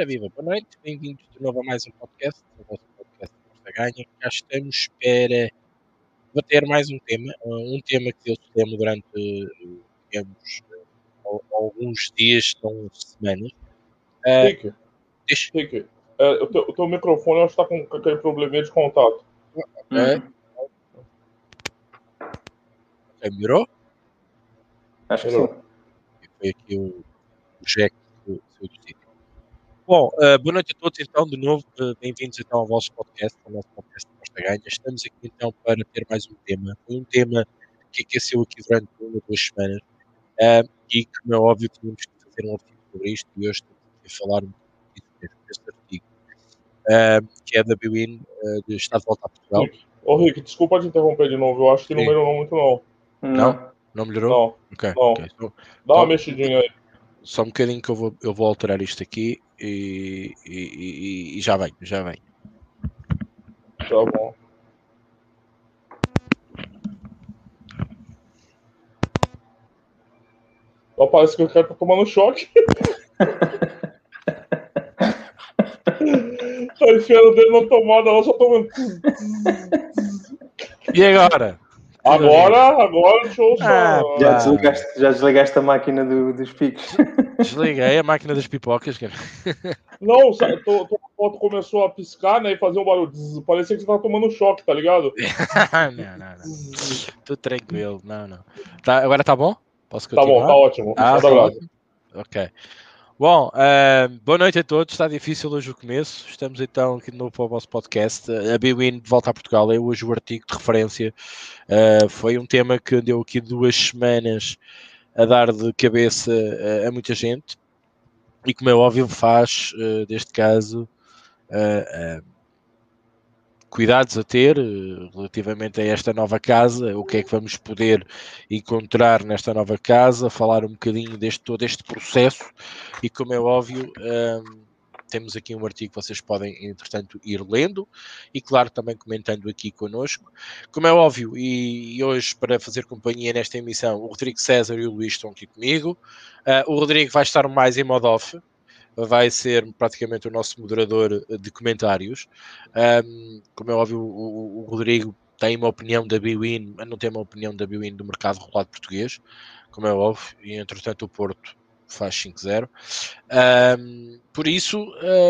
Ora viva, boa noite, bem-vindos de novo a mais um podcast, o vosso podcast Aposta Ganha. Cá estamos para debater mais um tema que eu temo durante, digamos, alguns dias, não semanas. Ah, Rick, Diz? Rick, o teu microfone eu acho que tá com aquele probleminha de contato. Ok, melhorou? Acho que sim. Melhorou. E foi aqui o jack do seu sítio. Bom, boa noite a todos então, de novo, bem-vindos então ao vosso podcast, ao nosso podcast Aposta Ganha. Estamos aqui então para ter mais um tema. Foi um tema que aqueceu aqui durante 1 ou 2 semanas. E como é óbvio, tínhamos que fazer um artigo sobre isto e hoje estamos aqui a falar um bocadinho mesmo deste artigo, que é da Bwin, de Está de Volta a Portugal. Rick, desculpa te interromper de novo, eu acho que não Sim. melhorou muito não. Não? Não melhorou? Não, Ok, não. ok. Dá uma mexidinha aí. Só um bocadinho que eu vou alterar isto aqui e já venho. Tá bom. Só parece que o cara tá tomando choque. Tá enfiando o dedo na tomada, ela só tomando. E agora? Agora deixa eu só. Já desligaste a máquina dos picos. Desliguei a máquina das pipocas, cara. Não, tua foto começou a piscar, né, e fazer um barulho. Parecia que você tava tomando choque, tá ligado? Não. Tô tranquilo, não. Tá, agora tá bom? Posso Tá continuar? bom, tá ótimo. Tá Manda brasa. ótimo. Ok. Bom, boa noite a todos. Está difícil hoje o começo. Estamos então aqui de novo para o vosso podcast. A Bwin de volta a Portugal. É hoje o artigo de referência. Foi um tema que deu aqui 2 semanas a dar de cabeça a muita gente. E como é óbvio, faz, deste caso, cuidados a ter relativamente a esta nova casa, o que é que vamos poder encontrar nesta nova casa, falar um bocadinho todo este processo e, como é óbvio, temos aqui um artigo que vocês podem, entretanto, ir lendo e, claro, também comentando aqui connosco. Como é óbvio, e hoje, para fazer companhia nesta emissão, o Rodrigo César e o Luís estão aqui comigo. O Rodrigo vai estar mais em modo off, vai ser praticamente o nosso moderador de comentários. Como é óbvio, o Rodrigo tem uma opinião da Bwin, mas não tem uma opinião da Bwin do mercado regulado português, como é óbvio, e entretanto o Porto faz 5-0. Por isso,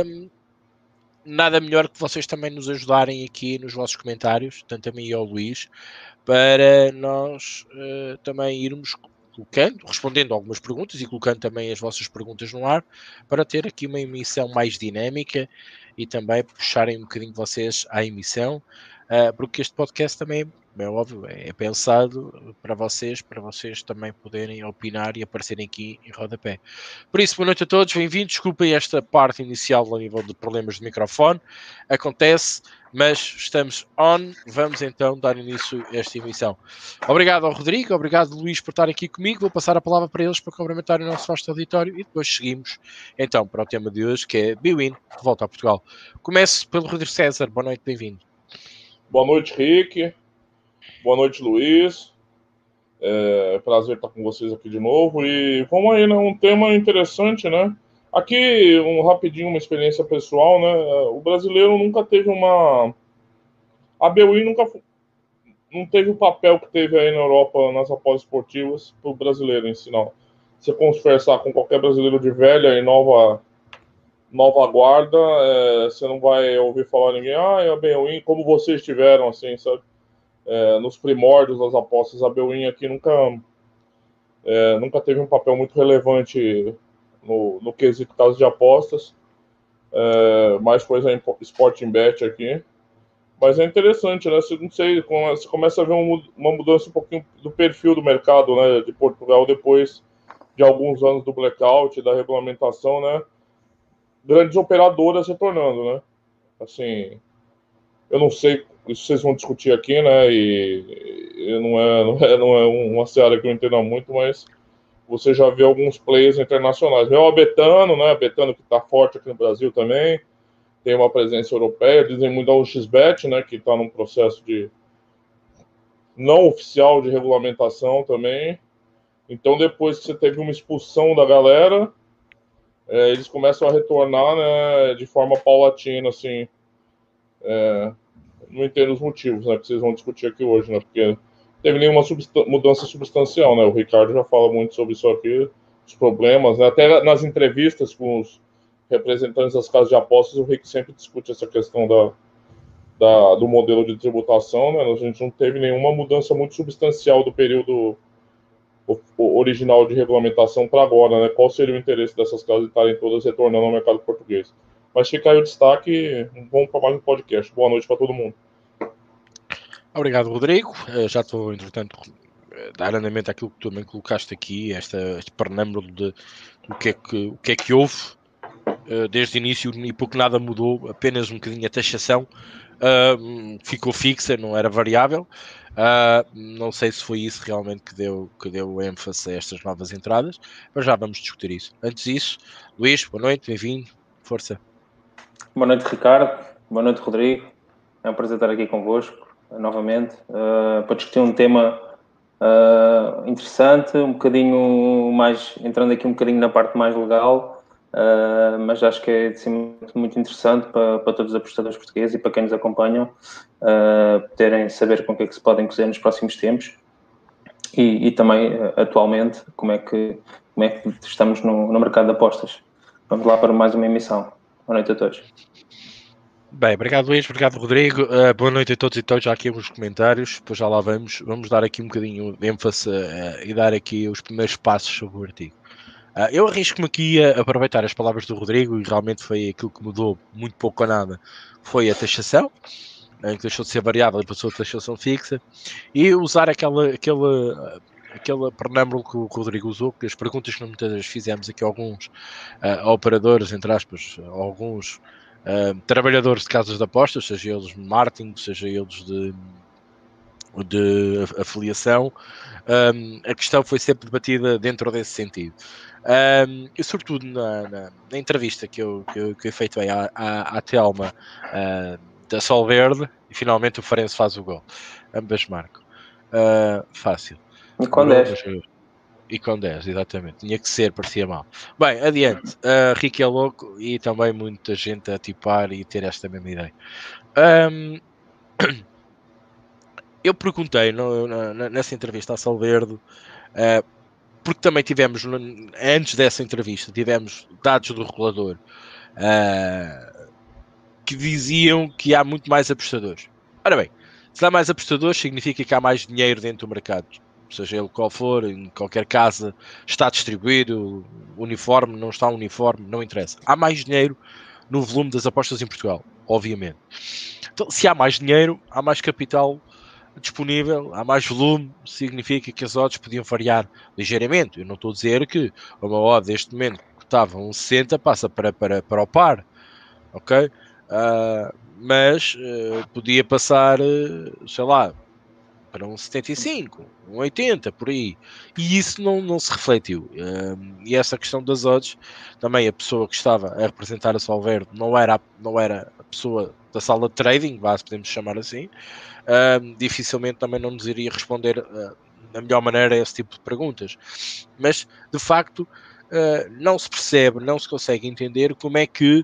nada melhor que vocês também nos ajudarem aqui nos vossos comentários, tanto a mim e ao Luís, para nós também irmos colocando, respondendo algumas perguntas e colocando também as vossas perguntas no ar, para ter aqui uma emissão mais dinâmica e também puxarem um bocadinho vocês à emissão, porque este podcast também, é óbvio, é pensado para vocês também poderem opinar e aparecerem aqui em rodapé. Por isso, boa noite a todos, bem-vindos. Desculpem esta parte inicial a nível de problemas de microfone, acontece, mas estamos on. Vamos então dar início a esta emissão. Obrigado ao Rodrigo, obrigado Luís por estar aqui comigo. Vou passar a palavra para eles para cumprimentar o nosso vasto auditório e depois seguimos então para o tema de hoje, que é Bwin, de volta a Portugal. Começo pelo Rodrigo César, boa noite, bem-vindo. Boa noite, Rick. Boa noite, Luís. Prazer estar com vocês aqui de novo. E vamos aí, né? Um tema interessante, né? Aqui, rapidinho, uma experiência pessoal, né? O brasileiro nunca teve uma. A BUI nunca não teve o papel que teve aí na Europa nas apostas esportivas para o brasileiro em si, não. Se conversar com qualquer brasileiro de velha e nova guarda, você não vai ouvir falar ninguém, a BUI, como vocês tiveram, assim, sabe? Nos primórdios das apostas, a BUI aqui nunca teve um papel muito relevante no quesito caso de apostas, mais coisa em Sporting Bet aqui. Mas é interessante, né? Você, não sei, você começa a ver uma mudança um pouquinho do perfil do mercado, né, de Portugal depois de alguns anos do blackout, da regulamentação, né? Grandes operadoras retornando, né? Assim, eu não sei, isso vocês vão discutir aqui, né? E não é uma seara que eu entenda muito, mas você já vê alguns players internacionais. Mesmo a Betano, né? A Betano que está forte aqui no Brasil também, tem uma presença europeia. Dizem muito da UXBet, né? Que está num processo de não oficial de regulamentação também. Então, depois que você teve uma expulsão da galera, eles começam a retornar, né, de forma paulatina, assim. Não entendo os motivos, né, que vocês vão discutir aqui hoje, né, porque não teve nenhuma mudança substancial, né, o Ricardo já fala muito sobre isso aqui, os problemas, né, até nas entrevistas com os representantes das casas de apostas, o Rick sempre discute essa questão do modelo de tributação, né, a gente não teve nenhuma mudança muito substancial do período original de regulamentação para agora, né, qual seria o interesse dessas casas de estarem todas retornando ao mercado português. Mas fica aí o destaque, vamos para mais um podcast. Boa noite para todo mundo. Obrigado, Rodrigo. Já estou, entretanto, a dar andamento àquilo que tu também colocaste aqui, este pernâmbulo de o que é que houve desde o início e porque nada mudou, apenas um bocadinho a taxação ficou fixa, não era variável. Não sei se foi isso realmente que deu ênfase a estas novas entradas, mas já vamos discutir isso. Antes disso, Luís, boa noite, bem-vindo, força. Boa noite, Ricardo. Boa noite, Rodrigo. É um prazer estar aqui convosco novamente para discutir um tema interessante, um bocadinho mais, entrando aqui um bocadinho na parte mais legal, mas acho que é de cima muito interessante para todos os apostadores portugueses e para quem nos acompanham poderem saber com o que é que se podem cozer nos próximos tempos e também atualmente como é que estamos no mercado de apostas. Vamos lá para mais uma emissão. Boa noite a todos. Bem, obrigado Luís, obrigado Rodrigo, boa noite a todos e todos, já aqui nos comentários, depois já lá vamos dar aqui um bocadinho de ênfase e dar aqui os primeiros passos sobre o artigo. Eu arrisco-me aqui a aproveitar as palavras do Rodrigo e realmente foi aquilo que mudou muito pouco ou nada, foi a taxação, que deixou de ser variável e passou a taxação fixa, e usar aquele prenâmbulo que o Rodrigo usou, que as perguntas que muitas vezes fizemos aqui a alguns operadores, entre aspas, alguns trabalhadores de casas de apostas, seja eles de marketing, seja eles de afiliação, a questão foi sempre debatida dentro desse sentido. E sobretudo na entrevista que eu efetuei à Telma da Solverde, e finalmente o Farense faz o gol. Ambas marcam. Fácil. E com 10. E com 10, exatamente. Tinha que ser, parecia mal. Bem, adiante. Ricky é louco e também muita gente a tipar e ter esta mesma ideia. Eu perguntei nessa entrevista à Solverde, porque também tivemos, antes dessa entrevista, tivemos dados do regulador que diziam que há muito mais apostadores. Ora bem, se há mais apostadores, significa que há mais dinheiro dentro do mercado. Seja ele qual for, em qualquer casa, está distribuído, uniforme, não está uniforme, não interessa. Há mais dinheiro no volume das apostas em Portugal, obviamente. Então, se há mais dinheiro, há mais capital disponível, há mais volume, significa que as odds podiam variar ligeiramente. Eu não estou a dizer que uma odd deste momento que estava um 60 passa para o par, ok? Mas podia passar, sei lá, para um 75, um 80, por aí. E isso não se refletiu. E essa questão das odds, também a pessoa que estava a representar a Solverde não era a pessoa da sala de trading, podemos chamar assim. Dificilmente também não nos iria responder da melhor maneira a esse tipo de perguntas. Mas, de facto, não se percebe, não se consegue entender como é que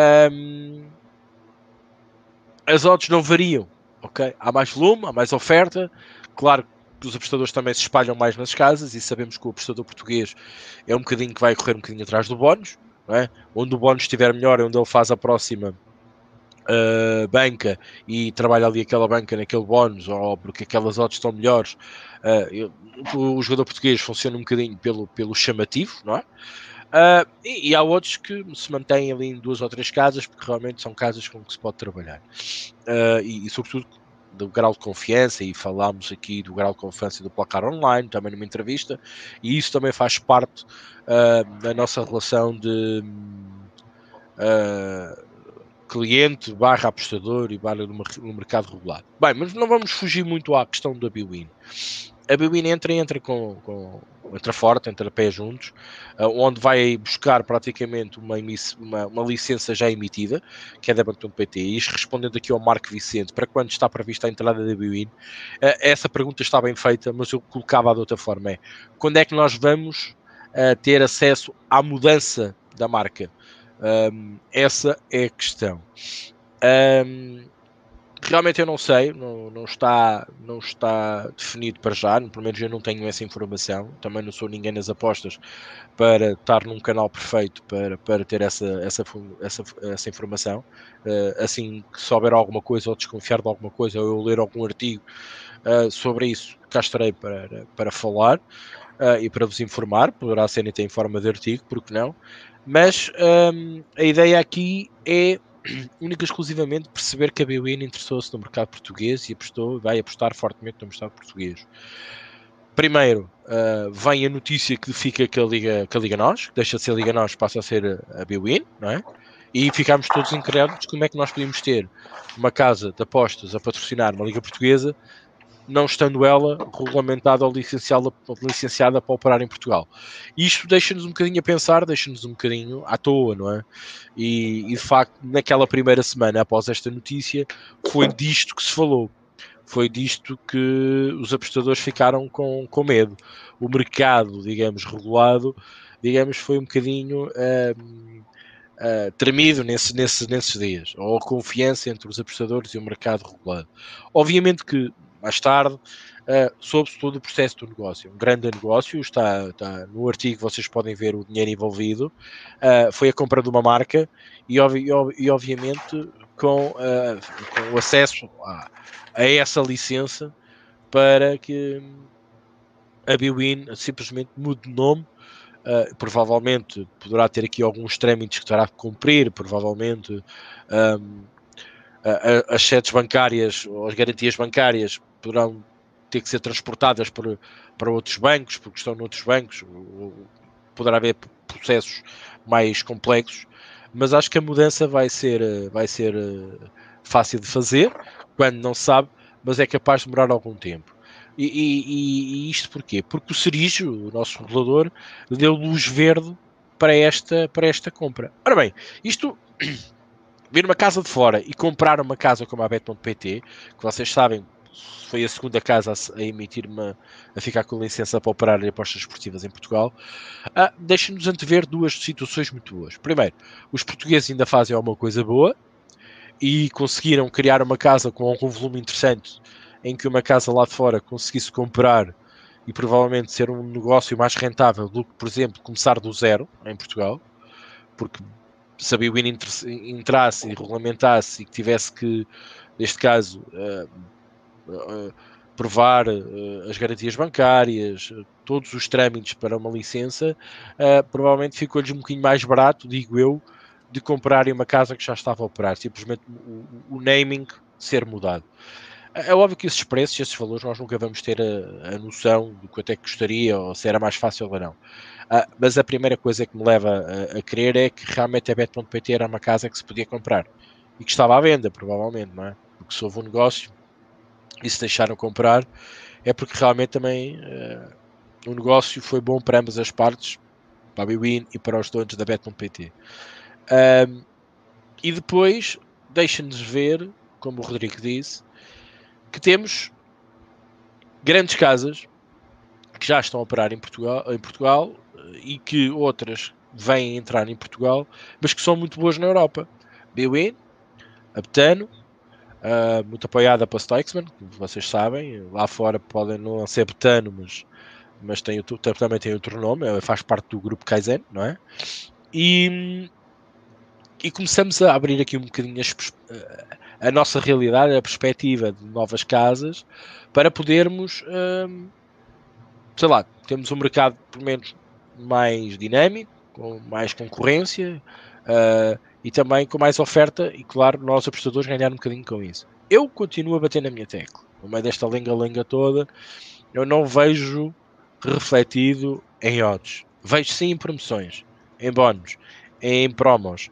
as odds não variam, ok? Há mais volume, há mais oferta, claro que os apostadores também se espalham mais nas casas e sabemos que o apostador português é um bocadinho que vai correr um bocadinho atrás do bónus, não é? Onde o bónus estiver melhor é onde ele faz a próxima banca e trabalha ali aquela banca naquele bónus ou porque aquelas odds estão melhores. O jogador português funciona um bocadinho pelo chamativo, não é? E há outros que se mantêm ali em 2 ou 3 casas, porque realmente são casas com que se pode trabalhar. E sobretudo do grau de confiança, e falámos aqui do grau de confiança do placar online, também numa entrevista, e isso também faz parte da nossa relação de cliente barra apostador e barra no mercado regulado. Bem, mas não vamos fugir muito à questão da BWIN. A BWIN entra forte, entra a pé juntos, onde vai buscar praticamente uma licença já emitida, que é da Banco.pt, e respondendo aqui ao Marco Vicente, para quando está prevista a entrada da BWIN, essa pergunta está bem feita, mas eu colocava de outra forma, quando é que nós vamos ter acesso à mudança da marca. Essa é a questão. Realmente eu não sei, não está definido para já, pelo menos eu não tenho essa informação, também não sou ninguém nas apostas para estar num canal perfeito para ter essa informação. Assim que souber alguma coisa ou desconfiar de alguma coisa ou eu ler algum artigo sobre isso, cá estarei para falar e para vos informar, poderá ser até em forma de artigo, porque não, mas a ideia aqui é única e exclusivamente perceber que a BWIN interessou-se no mercado português e vai apostar fortemente no mercado português. Primeiro, vem a notícia que fica que a Liga NOS, que deixa de ser a Liga NOS, passa a ser a BWIN, não é? E ficámos todos incrédulos como é que nós podíamos ter uma casa de apostas a patrocinar uma Liga Portuguesa, não estando ela regulamentada ou licenciada para operar em Portugal. Isto deixa-nos um bocadinho a pensar, deixa-nos um bocadinho à toa, não é? E de facto, naquela primeira semana após esta notícia, foi disto que se falou. Foi disto que os apostadores ficaram com medo. O mercado, digamos, regulado, digamos, foi um bocadinho tremido nesses dias. Ou a confiança entre os apostadores e o mercado regulado. Obviamente que mais tarde soube-se todo o processo do negócio. Um grande negócio, está no artigo, vocês podem ver o dinheiro envolvido. Foi a compra de uma marca e obviamente com o acesso a essa licença para que a BWIN simplesmente mude de nome. Provavelmente poderá ter aqui alguns trâmites que terá que cumprir, provavelmente as sedes bancárias ou as garantias bancárias poderão ter que ser transportadas para outros bancos, porque estão noutros bancos, poderá haver processos mais complexos, mas acho que a mudança vai ser fácil de fazer, quando não se sabe, mas é capaz de demorar algum tempo. E isto porquê? Porque o Serigio, o nosso regulador, deu luz verde para esta compra. Ora bem, isto vir uma casa de fora e comprar uma casa como a Bet.pt, que vocês sabem, foi a segunda casa a emitir a ficar com licença para operar em apostas esportivas em Portugal, deixa-nos antever duas situações muito boas. Primeiro, os portugueses ainda fazem alguma coisa boa e conseguiram criar uma casa com algum volume interessante em que uma casa lá de fora conseguisse comprar e provavelmente ser um negócio mais rentável do que, por exemplo, começar do zero em Portugal, porque se a BWIN entrasse e regulamentasse e que tivesse que, neste caso, provar as garantias bancárias, todos os trâmites para uma licença, provavelmente ficou-lhes um bocadinho mais barato, digo eu, de comprarem uma casa que já estava a operar, simplesmente o naming ser mudado. É óbvio que esses preços, esses valores, nós nunca vamos ter a noção do quanto é que custaria ou se era mais fácil ou não. Mas a primeira coisa que me leva a crer é que realmente a Bet.pt era uma casa que se podia comprar e que estava à venda, provavelmente, não é? Porque se houve um negócio e se deixaram comprar, é porque realmente também o negócio foi bom para ambas as partes, para a BWIN e para os donos da Bet.pt. E depois deixa-nos ver, como o Rodrigo disse, que temos grandes casas que já estão a operar em Portugal e que outras vêm entrar em Portugal, mas que são muito boas na Europa. BWIN, a Betano, muito apoiada para Stoicsman, como vocês sabem. Lá fora podem não ser Betano, mas também tem outro nome, faz parte do grupo Kaizen, não é? E começamos a abrir aqui um bocadinho a nossa realidade, a perspectiva de novas casas, para podermos, sei lá, temos um mercado pelo menos mais dinâmico, com mais concorrência e também com mais oferta e, claro, nós apostadores ganhar um bocadinho com isso. Eu continuo a bater na minha tecla. No meio desta lenga-lenga toda, eu não vejo refletido em odds. Vejo sim em promoções, em bónus, em promos.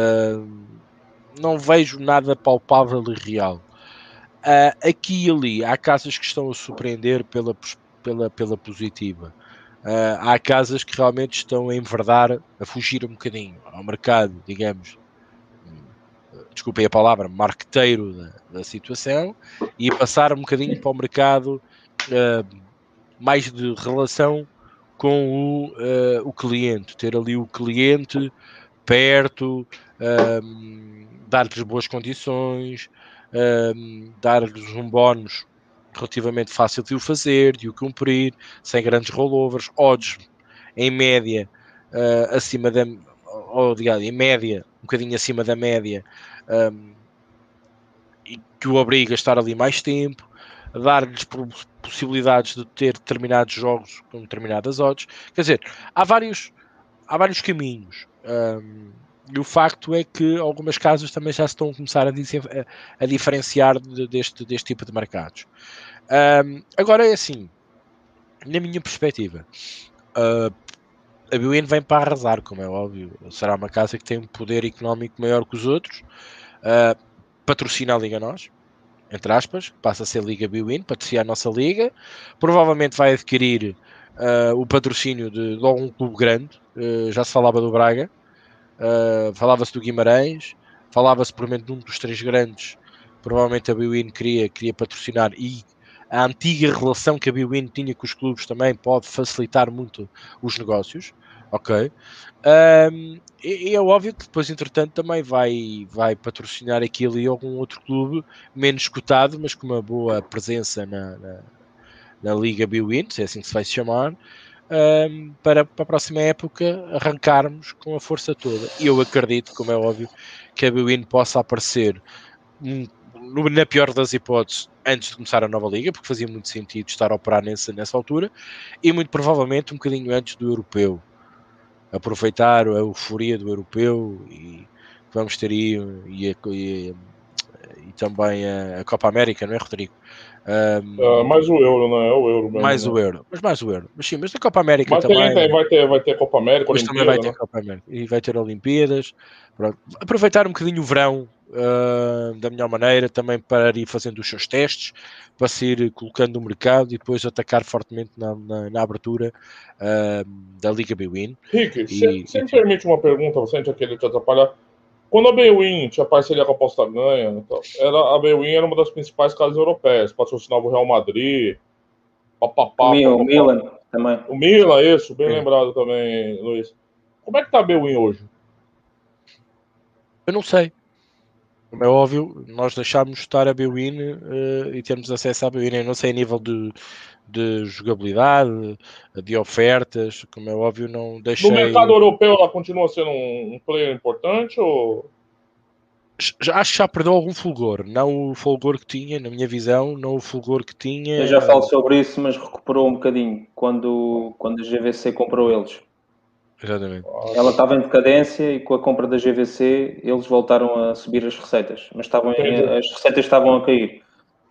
Não vejo nada palpável e real. Aqui e ali há casas que estão a surpreender pela positiva. Há casas que realmente estão a enverdar, a fugir um bocadinho ao mercado, digamos, desculpem a palavra, marqueteiro da situação, e a passar um bocadinho para o mercado mais de relação com o cliente, ter ali o cliente perto, dar-lhes boas condições, dar-lhes um bónus relativamente fácil de o fazer, de o cumprir, sem grandes rollovers, odds em média acima da, ou digamos, em média, um bocadinho acima da média, e que o obriga a estar ali mais tempo, a dar-lhes possibilidades de ter determinados jogos com determinadas odds. Quer dizer, há vários caminhos. E o facto é que algumas casas também já se estão a começar a diferenciar deste tipo de mercados. Agora é assim, na minha perspectiva, a BWIN vem para arrasar, como é óbvio. Será uma casa que tem um poder económico maior que os outros. Patrocina a Liga Nós, entre aspas, passa a ser Liga BWIN, patrocina a nossa liga. Provavelmente vai adquirir o patrocínio de logo um clube grande. Já se falava do Braga, falava-se do Guimarães, falava-se provavelmente de um dos três grandes. Provavelmente a BWIN queria patrocinar, e a antiga relação que a BWIN tinha com os clubes também pode facilitar muito os negócios, ok? E é óbvio que depois, entretanto, também vai patrocinar aquilo e algum outro clube menos cotado, mas com uma boa presença na Liga BWIN, se é assim que se vai chamar, para a próxima época arrancarmos com a força toda. E eu acredito, como é óbvio, que a BWIN possa aparecer na pior das hipóteses antes de começar a nova liga, porque fazia muito sentido estar a operar nessa altura, e muito provavelmente um bocadinho antes do europeu, aproveitar a euforia do europeu, e vamos ter aí e também a Copa América, não é, Rodrigo? Mais o Euro, não é? O Euro mesmo, mais né? o Euro, mas mais o Euro. Mas sim, mas a Copa América Mas também. vai ter Copa América, Mas também vai Olimpíada, ter né? Copa América e vai ter Olimpíadas. Pronto. Aproveitar um bocadinho o verão da melhor maneira, também para ir fazendo os seus testes, para se ir colocando no mercado e depois atacar fortemente na abertura da Liga BWIN. Rick, você me permite uma pergunta, você não querer te atrapalhar? Quando a BWIN tinha parceria com a Aposta Ganha, então, a BWIN era uma das principais casas europeias, patrocinava o Real Madrid, O Milan também. O Milan, isso, bem lembrado também, Luiz. Como é que tá a BWIN hoje? Eu não sei. Como é óbvio, nós deixámos de estar a BWIN e termos acesso à BWIN. Eu não sei a nível de jogabilidade, de ofertas, como é óbvio, não deixei. No mercado europeu ela continua sendo um player importante ou... Acho que já perdeu algum fulgor, não o fulgor que tinha, na minha visão, não o fulgor que tinha. Eu já falo sobre isso, mas recuperou um bocadinho quando a GVC comprou eles. Exatamente. Ela estava em decadência e com a compra da GVC eles voltaram a subir as receitas, mas as receitas estavam a cair.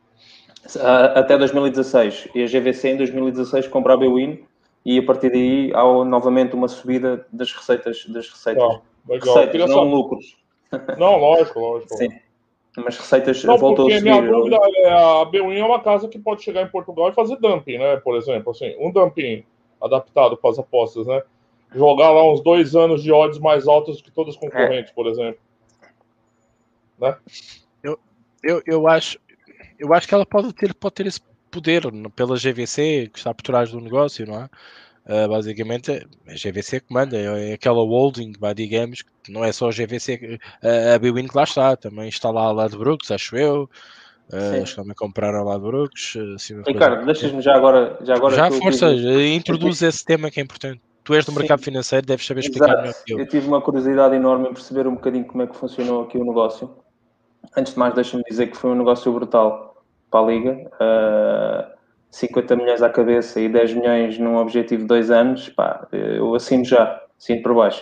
Até 2016. E a GVC em 2016 compra a BWIN e a partir daí há novamente uma subida das receitas. Legal. Receitas, não lucros. Não, lógico. Sim. Mas receitas não, voltou a subir. Minha dúvida é, a BWIN é uma casa que pode chegar em Portugal e fazer dumping, né? Por exemplo, assim, um dumping adaptado para as apostas, né? Jogar lá uns 2 anos de odds mais altos que todas as concorrentes, por exemplo. Né? Eu acho que ela pode ter esse poder pela GVC que está por trás do negócio, não é? Basicamente, a GVC que manda, é aquela holding, digamos, que não é só a GVC, a BWIN que lá está, também está lá de Brooks, acho eu. Acho que também compraram lá de Brooks. Ricardo, deixas-me já agora. Já, força, introduz esse tema que é importante. Tu és do mercado financeiro, deves saber explicar melhor que eu. Eu tive uma curiosidade enorme em perceber um bocadinho como é que funcionou aqui o negócio. Antes de mais, deixa-me dizer que foi um negócio brutal para a Liga. 50 milhões à cabeça e 10 milhões num objetivo de 2 anos, pá, eu assino por baixo.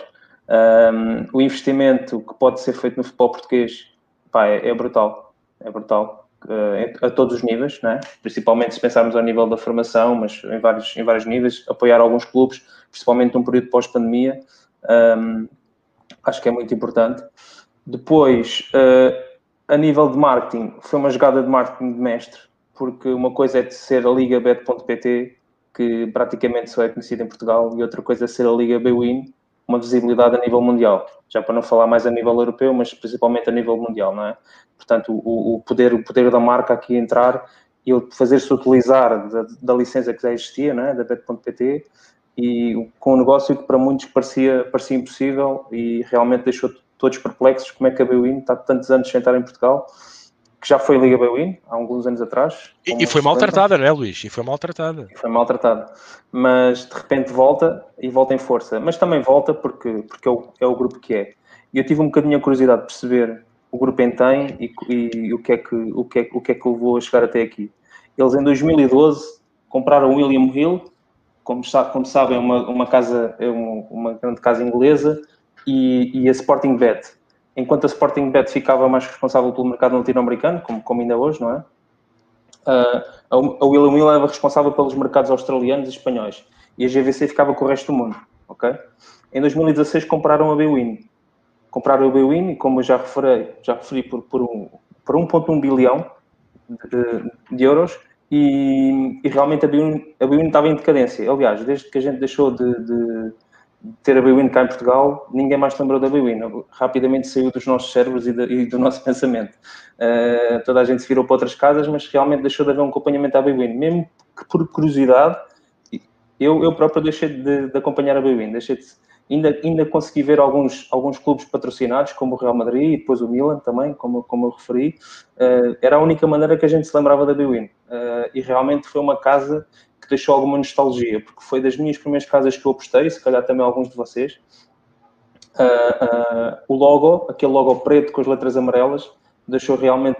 O investimento que pode ser feito no futebol português, pá, é brutal. É brutal. A todos os níveis, né? Principalmente se pensarmos ao nível da formação, mas em vários níveis, apoiar alguns clubes, principalmente num período pós-pandemia, acho que é muito importante. Depois, a nível de marketing, foi uma jogada de marketing de mestre, porque uma coisa é de ser a Liga Bet.pt, que praticamente só é conhecida em Portugal, e outra coisa é ser a Liga BWIN, uma visibilidade a nível mundial, já para não falar mais a nível europeu, mas principalmente a nível mundial, não é? Portanto, o poder da marca aqui entrar e fazer-se utilizar da licença que já existia, não é? Da Bet.pt, e com um negócio que para muitos parecia impossível e realmente deixou todos perplexos como é que a BWin está tantos anos sem estar em Portugal, que já foi a Liga BWin há alguns anos atrás. E foi maltratada, não é, Luís? E foi maltratada. Foi maltratada. Mas de repente volta e volta em força. Mas também volta porque é o grupo que é. E eu tive um bocadinho a curiosidade de perceber o grupo em tem e o que é que levou a chegar até aqui. Eles em 2012 compraram o William Hill, como sabem, uma grande casa inglesa, e a Sporting Bet. Enquanto a Sporting Bet ficava mais responsável pelo mercado latino-americano, como ainda hoje, não é? A William Hill era responsável pelos mercados australianos e espanhóis. E a GVC ficava com o resto do mundo. Okay? Em 2016 compraram a BWin. Compraram a BWin e, como eu já referi por 1,1 bilhão de euros. E realmente a BWin estava em decadência. Aliás, desde que a gente deixou de ter a BWin cá em Portugal, ninguém mais se lembrou da BWin. Rapidamente saiu dos nossos cérebros e do nosso pensamento. Toda a gente se virou para outras casas, mas realmente deixou de haver um acompanhamento à BWin. Mesmo que por curiosidade, eu próprio deixei de acompanhar a BWin. Ainda consegui ver alguns clubes patrocinados, como o Real Madrid e depois o Milan também, como eu referi. Era a única maneira que a gente se lembrava da BWin. E realmente foi uma casa que deixou alguma nostalgia, porque foi das minhas primeiras casas que eu apostei, se calhar também alguns de vocês. O logo, aquele logo preto com as letras amarelas, deixou realmente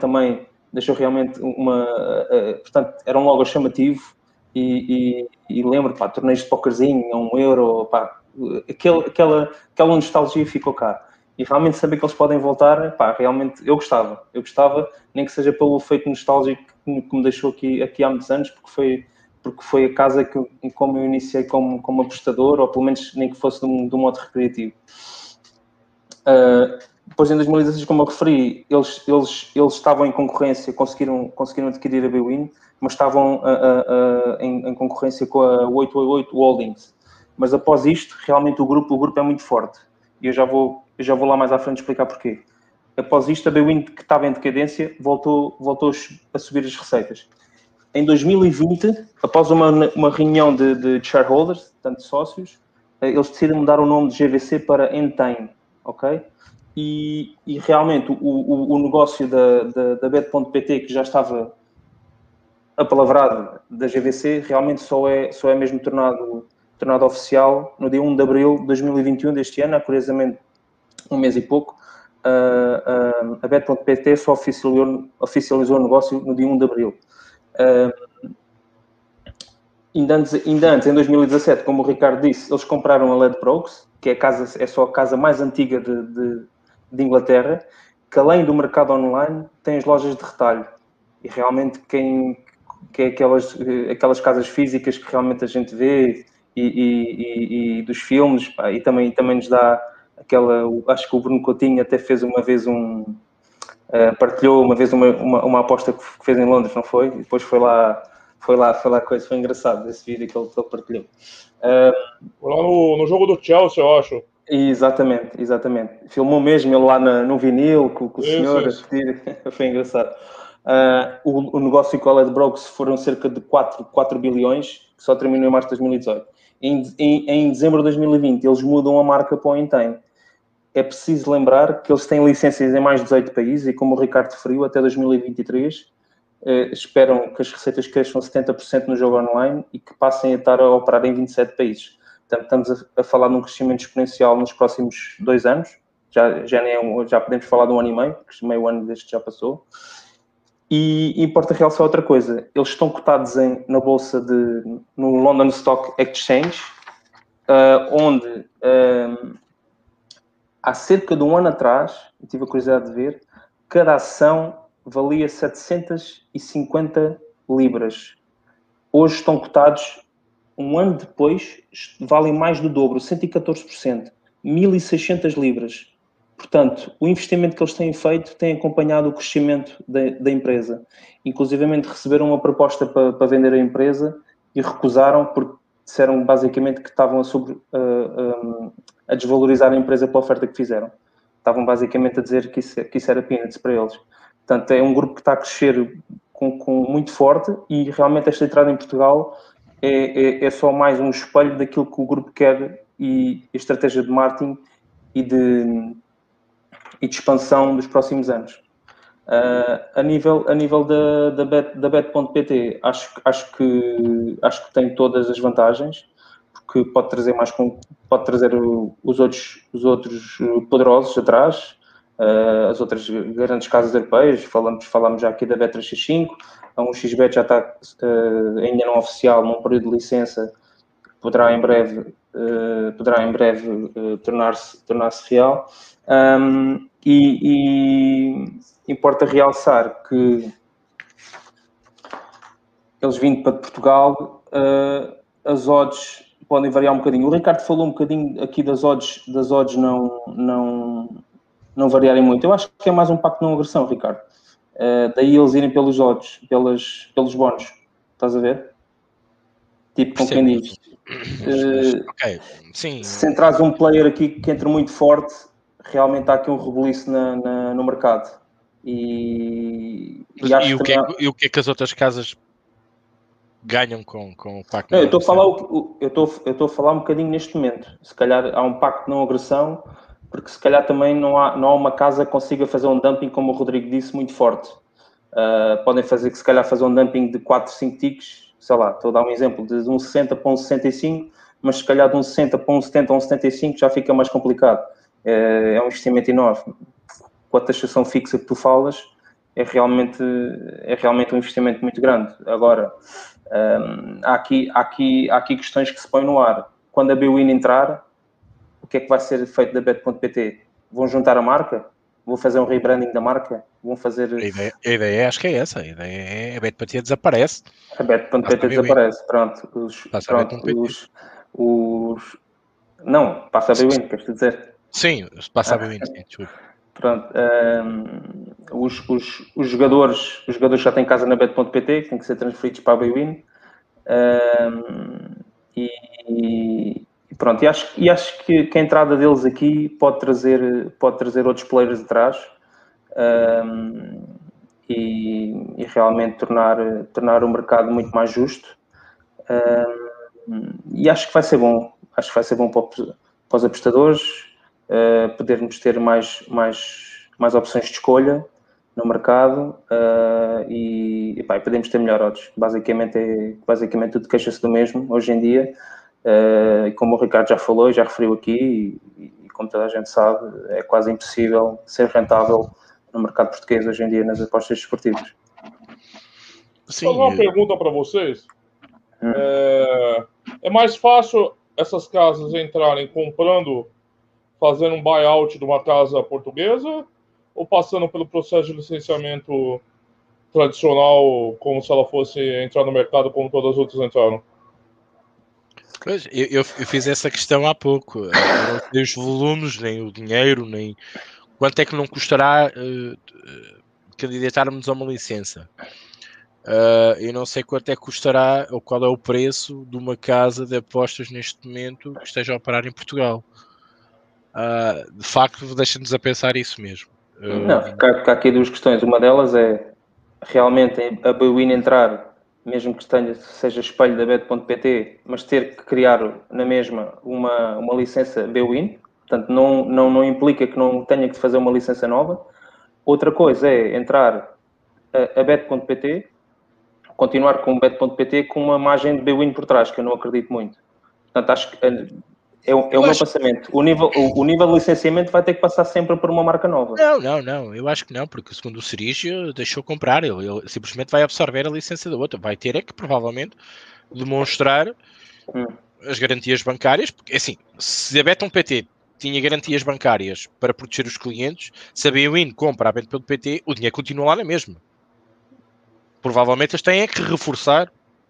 portanto, era um logo chamativo e lembro, pá, torneios de pokerzinho a €1, pá, aquela nostalgia ficou cá. E realmente saber que eles podem voltar, pá, realmente eu gostava, nem que seja pelo efeito nostálgico que me deixou aqui há muitos anos, porque foi a casa como eu iniciei como apostador, ou pelo menos nem que fosse de um modo recreativo. Depois, em 2016, como eu referi, eles estavam em concorrência, conseguiram adquirir a BWin, mas estavam em concorrência com a 888 Holdings. Mas após isto, realmente o grupo é muito forte. E eu já vou lá mais à frente explicar porquê. Após isto, a BWin, que estava em decadência, voltou a subir as receitas. Em 2020, após uma reunião de shareholders, portanto de sócios, eles decidiram mudar o nome de GVC para Entain, ok? E realmente o negócio da Bet.pt, que já estava apalavrado da GVC, realmente só é mesmo tornado oficial no dia 1 de abril de 2021 deste ano, há curiosamente um mês e pouco. A Bet.pt só oficializou o negócio no dia 1 de abril. Ainda antes, em 2017, como o Ricardo disse, eles compraram a Ledbrokes, que é só a casa mais antiga de Inglaterra, que além do mercado online, tem as lojas de retalho. E realmente que é aquelas casas físicas que realmente a gente vê e dos filmes, pá, e também nos dá acho que o Bruno Coutinho até fez uma vez partilhou uma vez uma aposta que fez em Londres, não foi? E depois foi lá coisa, foi engraçado esse vídeo que ele partilhou. Foi lá no jogo do Chelsea, eu acho. Exatamente. Filmou mesmo ele lá no vinil com o senhor. Isso. Foi engraçado. O negócio com a Ledbrokes foram cerca de 4 bilhões, que só terminou em março de 2018. Em dezembro de 2020, eles mudam a marca para o Entain. É preciso lembrar que eles têm licenças em mais de 18 países e, como o Ricardo referiu, até 2023 esperam que as receitas cresçam 70% no jogo online e que passem a estar a operar em 27 países. Portanto, estamos a falar de um crescimento exponencial nos próximos 2 anos. Já podemos falar de 1 ano e meio, porque meio ano deste já passou. E importa realçar outra coisa. Eles estão cotados na bolsa no London Stock Exchange, onde há cerca de 1 ano atrás, eu tive a curiosidade de ver, cada ação valia 750 libras. Hoje estão cotados, 1 ano depois, valem mais do dobro, 114%, 1.600 libras. Portanto, o investimento que eles têm feito tem acompanhado o crescimento da empresa. Inclusivamente receberam uma proposta para vender a empresa e recusaram porque disseram basicamente que estavam a desvalorizar a empresa pela oferta que fizeram. Estavam basicamente a dizer que isso era peanuts para eles. Portanto, é um grupo que está a crescer com muito forte e realmente esta entrada em Portugal é só mais um espelho daquilo que o grupo quer e a estratégia de marketing e de expansão dos próximos anos. A nível da Bet.pt, acho que tem todas as vantagens, porque pode trazer os outros poderosos atrás, as outras grandes casas europeias. Falamos já aqui da Bet365, a 1xBet já está ainda não oficial, num período de licença, poderá em breve tornar-se real. E importa realçar que eles vindo para Portugal, as odds podem variar um bocadinho. O Ricardo falou um bocadinho aqui das odds não variarem muito. Eu acho que é mais um pacto de não agressão, Ricardo. Daí eles irem pelos odds, pelos bónus. Estás a ver? Tipo, com quem diz. Ok, sim. Se entras um player aqui que entra muito forte, realmente há aqui um rebuliço no mercado. E o que é que as outras casas ganham com o pacto? Não, eu estou a falar um bocadinho neste momento. Se calhar há um pacto de não agressão, porque se calhar também não há uma casa que consiga fazer um dumping, como o Rodrigo disse, muito forte. Podem fazer um dumping de 4, 5 ticks, sei lá, estou a dar um exemplo, de um 60 para um 65, mas se calhar de um 60 para um 70 ou um 75 já fica mais complicado. É um investimento enorme. Com a taxação fixa que tu falas, é realmente um investimento muito grande. Agora, há aqui questões que se põem no ar. Quando a Bwin entrar, o que é que vai ser feito da Bet.pt? Vão juntar a marca? Vão fazer um rebranding da marca? Vão fazer... A ideia acho que é essa. A ideia é a Bet.pt desaparece. A Bet.pt desaparece. Pronto. Não, passa a Bwin, queres dizer? Sim, passa a Bwin, sim. Pronto. Os jogadores já têm casa na Bet.pt, que têm que ser transferidos para a Bwin. E pronto, e acho que a entrada deles aqui pode trazer outros players atrás, e realmente tornar o mercado muito mais justo. E acho que vai ser bom. Acho que vai ser bom para os apostadores, podermos ter mais opções de escolha no mercado, e podemos ter melhor odds. Basicamente tudo queixa-se do mesmo hoje em dia. E como o Ricardo já falou e já referiu aqui, e como toda a gente sabe, é quase impossível ser rentável no mercado português hoje em dia nas apostas desportivas. Sim. Uma pergunta para vocês. É mais fácil essas casas entrarem comprando, fazendo um buyout de uma casa portuguesa, ou passando pelo processo de licenciamento tradicional, como se ela fosse entrar no mercado como todas as outras entraram? Pois, eu fiz essa questão há pouco. Eu não sei os volumes, nem o dinheiro, nem quanto é que não custará candidatarmos a uma licença. Eu não sei quanto é que custará, ou qual é o preço de uma casa de apostas neste momento que esteja a operar em Portugal. De facto, deixa-nos a pensar isso mesmo. Não, porque há aqui duas questões. Uma delas é realmente a Bwin entrar, mesmo que seja espelho da Bet.pt, mas ter que criar na mesma uma licença Bwin. Portanto, não implica que não tenha que fazer uma licença nova. Outra coisa é entrar a Bet.pt, continuar com o Bet.pt com uma margem de Bwin por trás, que eu não acredito muito. Portanto, acho que é o meu pensamento. O nível de licenciamento vai ter que passar sempre por uma marca nova. Não. Eu acho que não, porque segundo o Serigio deixou comprar. Ele simplesmente vai absorver a licença da outra. Vai ter é que, provavelmente, demonstrar as garantias bancárias. Porque, assim, se a Bet.pt tinha garantias bancárias para proteger os clientes, se a Bwin compra a Bet.pt, o dinheiro continua lá na mesma. Provavelmente eles têm que reforçar,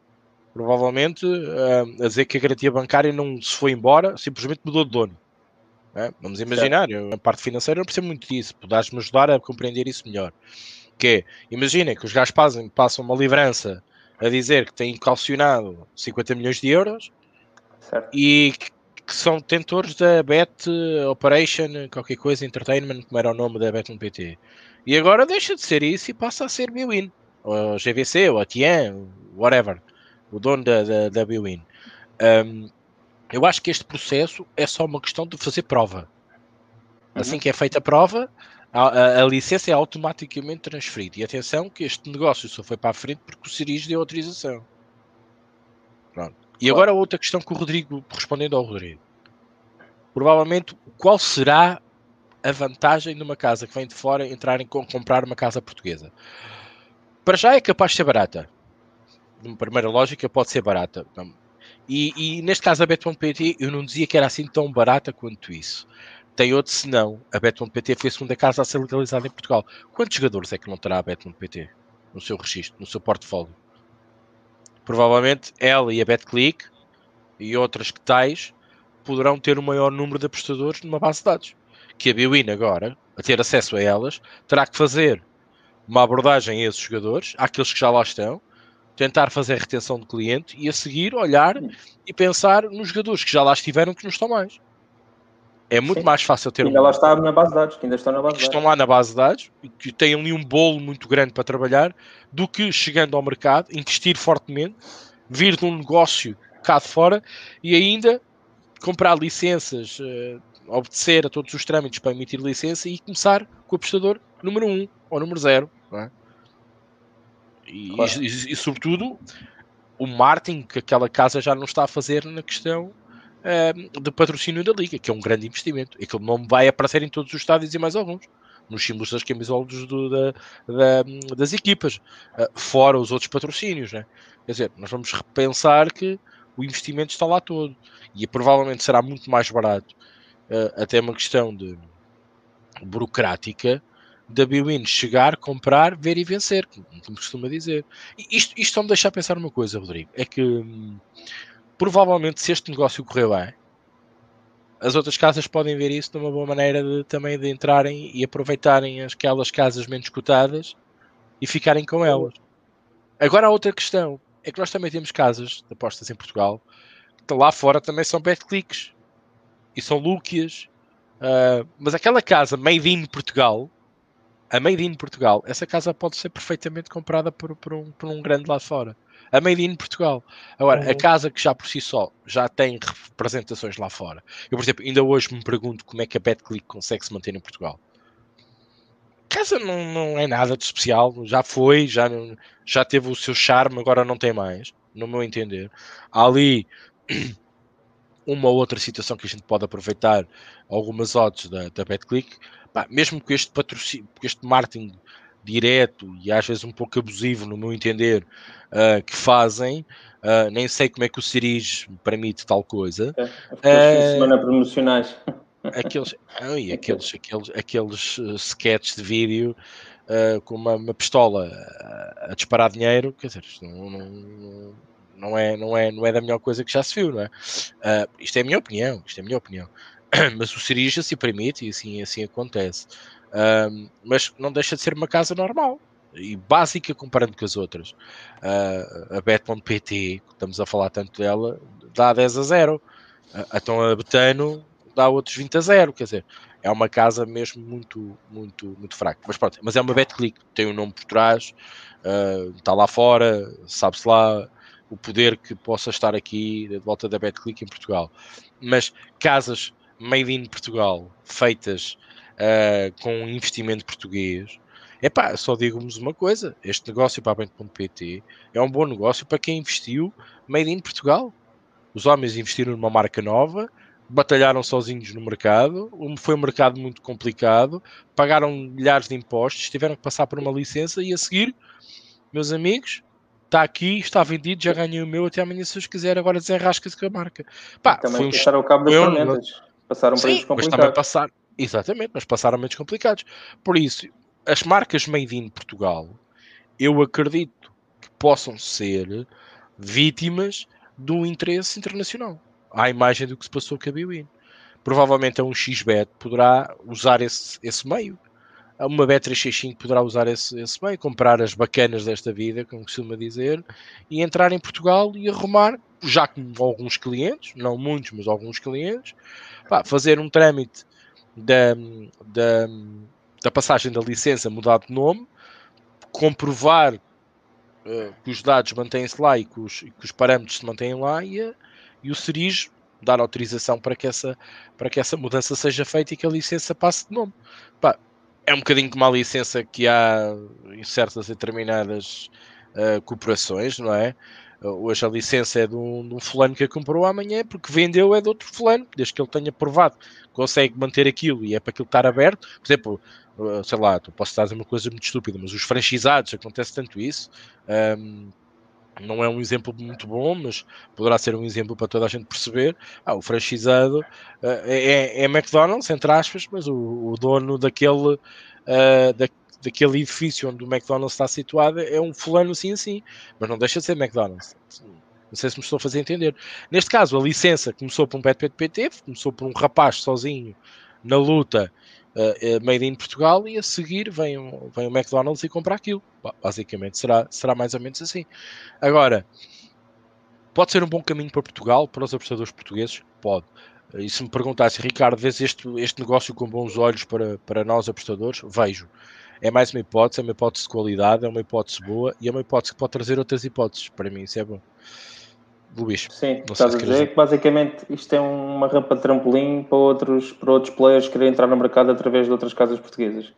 a dizer que a garantia bancária não se foi embora, simplesmente mudou de dono. Vamos imaginar, a parte financeira não percebo muito disso, podes-me ajudar a compreender isso melhor. Que é, imagina que os gajos passam uma livrança a dizer que têm calcionado 50 milhões de euros, certo, e que são detentores da Bet Operation, qualquer coisa, Entertainment, como era o nome da Bet.pt. E agora deixa de ser isso e passa a ser Bwin, ou GVC, ou ATN, whatever. o dono da Bwin. Eu acho que este processo é só uma questão de fazer prova. Assim que é feita a prova, a licença é automaticamente transferida. E atenção que este negócio só foi para a frente porque o Cerise deu autorização. Pronto. E agora outra questão que o Rodrigo, respondendo ao Rodrigo. Provavelmente, qual será a vantagem de uma casa que vem de fora comprar uma casa portuguesa? Para já é capaz de ser barata. De primeira lógica, pode ser barata. E neste caso a Bet.pt, eu não dizia que era assim tão barata quanto isso. Tem outro senão. A Bet.pt foi a segunda casa a ser legalizada em Portugal. Quantos jogadores é que não terá a Bet.pt no seu registro, no seu portfólio? Provavelmente ela e a BetClick e outras que tais poderão ter o maior número de apostadores numa base de dados. Que a Bwin agora, a ter acesso a elas, terá que fazer uma abordagem a esses jogadores, àqueles que já lá estão, tentar fazer retenção de cliente e a seguir olhar e pensar nos jogadores que já lá estiveram que não estão mais. É muito mais fácil ter ainda lá está na base de dados, que ainda estão na base de dados. Estão lá na base de dados e que têm ali um bolo muito grande para trabalhar, do que chegando ao mercado, investir fortemente, vir de um negócio cá de fora e ainda comprar licenças, obedecer a todos os trâmites para emitir licença e começar com o apostador número 1 ou número 0. Não é? E sobretudo o marketing que aquela casa já não está a fazer na questão de patrocínio da Liga, que é um grande investimento. Aquele nome vai aparecer em todos os estádios e mais alguns, nos símbolos das camisolas das equipas, fora os outros patrocínios. Né? Quer dizer, nós vamos repensar que o investimento está lá todo e provavelmente será muito mais barato, até uma questão de burocrática, da Bwin chegar, comprar, ver e vencer, como costuma dizer. E isto só me deixa a pensar uma coisa, Rodrigo, é que provavelmente se este negócio correr bem, as outras casas podem ver isso de uma boa maneira também de entrarem e aproveitarem aquelas casas menos cotadas e ficarem com elas. Agora a outra questão é que nós também temos casas de apostas em Portugal que lá fora também são BetClicks e são Lúquias, mas aquela casa made in Portugal, a made in Portugal, essa casa pode ser perfeitamente comprada por um grande lá fora. A made in Portugal. Agora, a casa que já por si só já tem representações lá fora. Eu, por exemplo, ainda hoje me pergunto como é que a BetClick consegue se manter em Portugal. A casa não é nada de especial, já foi, já teve o seu charme, agora não tem mais, no meu entender. Há ali uma ou outra situação que a gente pode aproveitar, algumas odds da BetClick, mesmo com este patrocínio, com este marketing direto e às vezes um pouco abusivo, no meu entender, que fazem, nem sei como é que o Cerise me permite tal coisa. Aqueles fins de semana promocionais. Aqueles sketches de vídeo com uma pistola a disparar dinheiro, quer dizer, isto não é da melhor coisa que já se viu, não é? Isto é a minha opinião, mas o Cerise se permite e assim acontece. Mas não deixa de ser uma casa normal e básica comparando com as outras. A Bet.pt, estamos a falar tanto dela, dá 10-0. Então a Betano dá outros 20-0, quer dizer, é uma casa mesmo muito, muito, muito fraca. Mas pronto, mas é uma BetClick, tem um nome por trás, está lá fora, sabe-se lá o poder que possa estar aqui de volta da BetClick em Portugal. Mas casas made in Portugal, feitas com investimento português, só digo-vos uma coisa, este negócio para a Bet.pt é um bom negócio para quem investiu made in Portugal. Os homens investiram numa marca nova, batalharam sozinhos no mercado, foi um mercado muito complicado, pagaram milhares de impostos, tiveram que passar por uma licença e a seguir, meus amigos, está aqui, está vendido, já ganhei o meu, até amanhã se os quiser, agora desenrasca-se com a marca. Também passaram ao cabo das tormentas, passaram períodos complicados. Exatamente, mas passaram momentos complicados. Por isso, as marcas made in Portugal, eu acredito que possam ser vítimas do interesse internacional, à imagem do que se passou com a Bwin. Provavelmente a um XBet poderá usar esse meio. Uma Bet365 poderá usar esse meio, comprar as bacanas desta vida, como costuma dizer, e entrar em Portugal e arrumar, já com alguns clientes, não muitos, mas alguns clientes, fazer um trâmite da passagem da licença, mudar de nome, comprovar que os dados mantêm-se lá e que os parâmetros se mantêm lá e o Cerise dar autorização para que essa mudança seja feita e que a licença passe de nome. Pá, é um bocadinho como a licença que há em certas determinadas corporações, não é? Hoje a licença é de um fulano que a comprou, amanhã porque vendeu é de outro fulano, desde que ele tenha provado que consegue manter aquilo e é para aquilo estar aberto. Por exemplo, sei lá, posso estar a dizer uma coisa muito estúpida, mas os franchisados, acontece tanto isso. Não é um exemplo muito bom, mas poderá ser um exemplo para toda a gente perceber. O franchisado é McDonald's, entre aspas, mas o dono daquele edifício onde o McDonald's está situado é um fulano assim, mas não deixa de ser McDonald's. Não sei se me estou a fazer entender. Neste caso, a licença começou por um PT, começou por um rapaz sozinho na luta, made in Portugal, e a seguir vem o McDonald's e compra aquilo. Basicamente será mais ou menos assim. Agora, pode ser um bom caminho para Portugal, para os apostadores portugueses? Pode. E se me perguntasse, Ricardo, vês este negócio com bons olhos para nós apostadores? Vejo. É mais uma hipótese, é uma hipótese de qualidade, é uma hipótese boa e é uma hipótese que pode trazer outras hipóteses. Para mim isso é bom. Luís, sim, não sei estás se a queres... dizer que basicamente isto é uma rampa de trampolim para outros players que querem entrar no mercado através de outras casas portuguesas.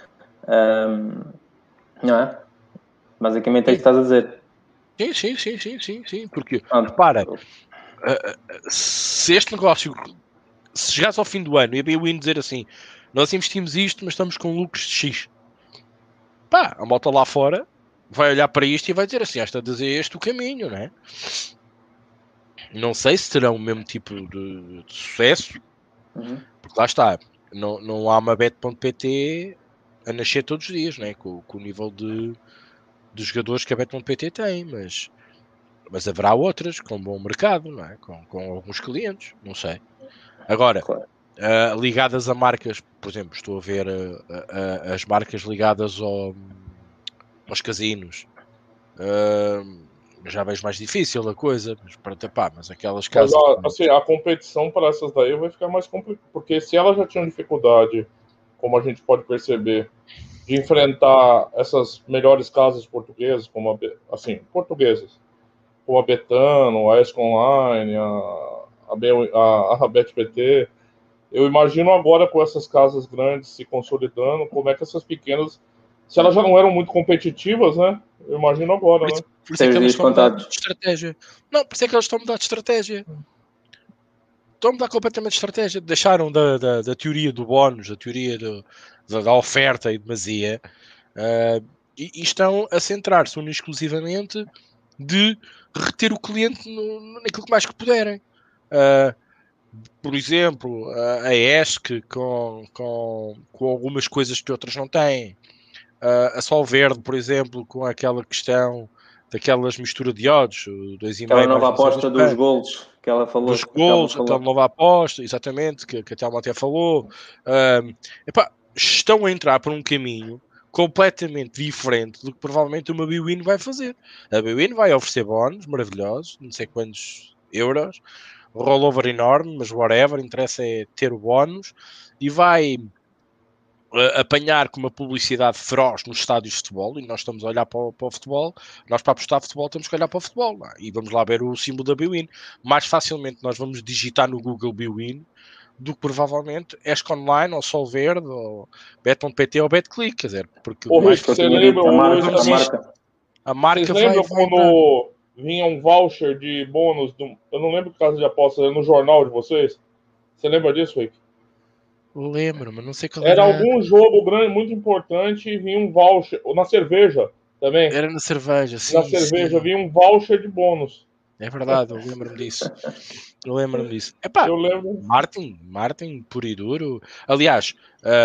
Não é? Basicamente é isso que estás a dizer. Sim, porque, repara, se este negócio, se chegasse ao fim do ano e a BWIN dizer assim, nós investimos isto, mas estamos com lucros de X. Pá, a malta lá fora vai olhar para isto e vai dizer assim, está a dizer este o caminho, não é? Não sei se terão o mesmo tipo de sucesso, porque lá está, não há uma bet.pt a nascer todos os dias, né? Com o nível de jogadores que a bet.pt tem, mas haverá outras com bom mercado, não é? Com alguns clientes, não sei. Agora, Claro. ligadas a marcas, por exemplo, estou a ver as marcas ligadas aos casinos. Já vejo mais difícil a coisa, mas pronto, mas aquelas Mas casas. assim, a competição para essas daí vai ficar mais complicada, porque se elas já tinham dificuldade, como a gente pode perceber, de enfrentar essas melhores casas portuguesas, portuguesas, como a Betano, a ESC Online, a BetPT. Eu imagino agora com essas casas grandes se consolidando, como é que essas pequenas, se elas já não eram muito competitivas, né? Eu imagino agora, né? Por isso é que elas estão a mudar de estratégia. Não, por isso é que elas estão a mudar de estratégia. Estão a mudar completamente de estratégia. Deixaram da teoria do bónus, da teoria da oferta e demasia, e estão a centrar-se exclusivamente de reter o cliente naquilo que mais que puderem. Por exemplo, a ESC com algumas coisas que outras não têm. A Sol Verde, por exemplo, com aquela questão daquelas misturas de odds, 2,5 Aquela mais nova não sei aposta das dos quantas, gols que ela falou. dos gols, aquela nova aposta, exatamente, que a Telma até falou. Estão a entrar por um caminho completamente diferente do que provavelmente uma BWIN vai fazer. A BWIN vai oferecer bónus maravilhosos, não sei quantos euros, rollover enorme, mas whatever, interessa é ter o bónus, e vai apanhar com uma publicidade feroz nos estádios de futebol, e nós estamos a olhar para o futebol, nós para apostar futebol temos que olhar para o futebol, não é? E vamos lá ver o símbolo da BWIN. Mais facilmente nós vamos digitar no Google BWIN do que provavelmente ESC Online, ou Sol Verde, ou Bet.pt ou BetClick, quer dizer, porque Ô, mais Rick, você lembra hoje também? a marca Vocês lembram vai quando vinha um voucher de bônus? Eu não lembro que casa de apostas, no jornal de vocês. Você lembra disso, Rick? Lembro, mas não sei qual Era era. algum jogo grande, muito importante, e vinha um voucher. Ou na cerveja também. Era na cerveja, Na sim. cerveja vinha um voucher de bônus. É verdade, eu lembro-me disso. Eu lembro. Martin, puro e duro. Aliás,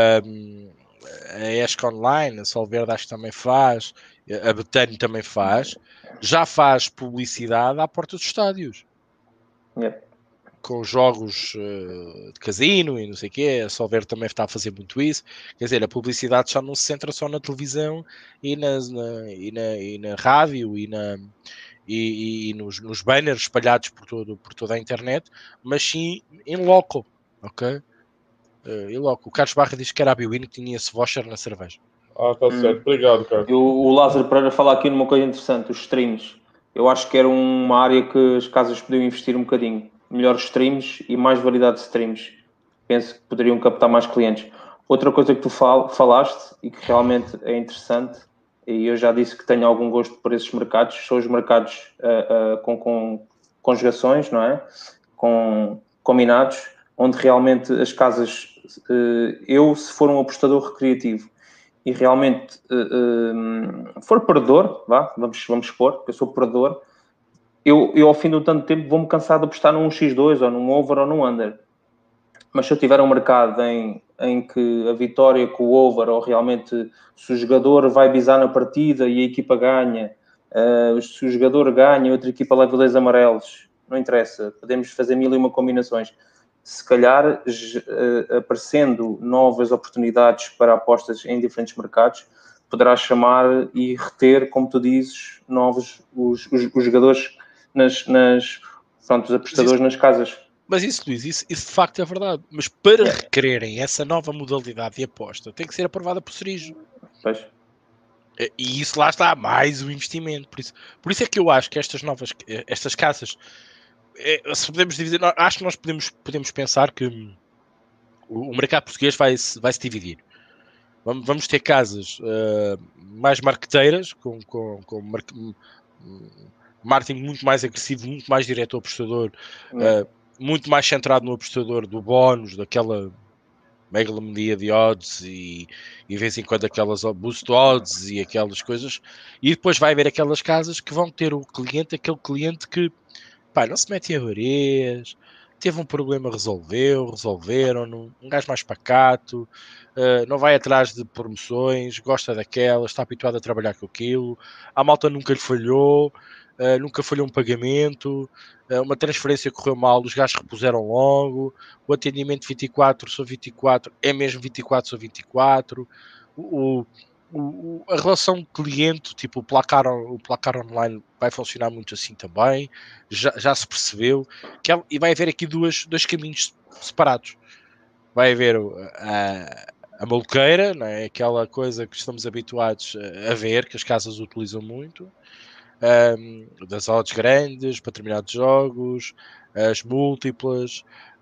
a ESC Online, a Solverde acho que também faz, a Betano também faz, já faz publicidade à porta dos estádios. Yeah. Com jogos de casino e não sei o quê, a Solverde também está a fazer muito isso. Quer dizer, a publicidade já não se centra só na televisão e na rádio e nos banners espalhados por toda a internet, mas sim em loco, ok? Em loco. O Carlos Barra diz que era a BWIN que tinha esse voucher na cerveja. Ah, tá certo. Obrigado, cara. O Lázaro Pereira fala aqui numa coisa interessante, os streams. Eu acho que era uma área que as casas podiam investir um bocadinho. Melhores streams e mais variedade de streams. Penso que poderiam captar mais clientes. Outra coisa que tu falaste e que realmente é interessante, e eu já disse que tenho algum gosto por esses mercados, são os mercados com conjugações, não é? Com combinados, onde realmente as casas... eu, se for um apostador recreativo e realmente for perdedor, vamos expor, que eu sou perdedor, eu ao fim de um tanto tempo vou-me cansar de apostar num X2 ou num over ou num under. Mas se eu tiver um mercado em que a vitória com o over, ou realmente se o jogador vai bisar na partida e a equipa ganha, se o jogador ganha e outra equipa leva 2 amarelos, não interessa, podemos fazer 1001 combinações. Se calhar, aparecendo novas oportunidades para apostas em diferentes mercados, poderá chamar e reter, como tu dizes, novos os jogadores os apostadores nas casas. Mas isso, Luís, isso de facto é verdade. Mas para requererem essa nova modalidade de aposta, tem que ser aprovada por Serijo. Pois. E isso lá está, mais o investimento. Por isso é que eu acho que estas casas, se podemos dividir, acho que nós podemos pensar que o mercado português vai se dividir. Vamos ter casas mais marqueteiras, com marketing muito mais agressivo, muito mais direto ao apostador, muito mais centrado no apostador do bónus, daquela megalomedia de odds e de vez em quando aquelas boost odds e aquelas coisas. E depois vai haver aquelas casas que vão ter aquele cliente que não se mete em avarez, teve um problema, resolveram, um gajo mais pacato, não vai atrás de promoções, gosta daquelas, está habituado a trabalhar com aquilo, a malta nunca lhe falhou, nunca falhou um pagamento, uma transferência correu mal, os gajos repuseram logo, o atendimento 24 sobre 24 é mesmo 24 sobre 24, a relação cliente, tipo o placar online vai funcionar muito assim também, já se percebeu, e vai haver aqui dois caminhos separados. Vai haver a maluqueira, não é? Aquela coisa que estamos habituados a ver, que as casas utilizam muito, das odds grandes para determinados jogos, as múltiplas,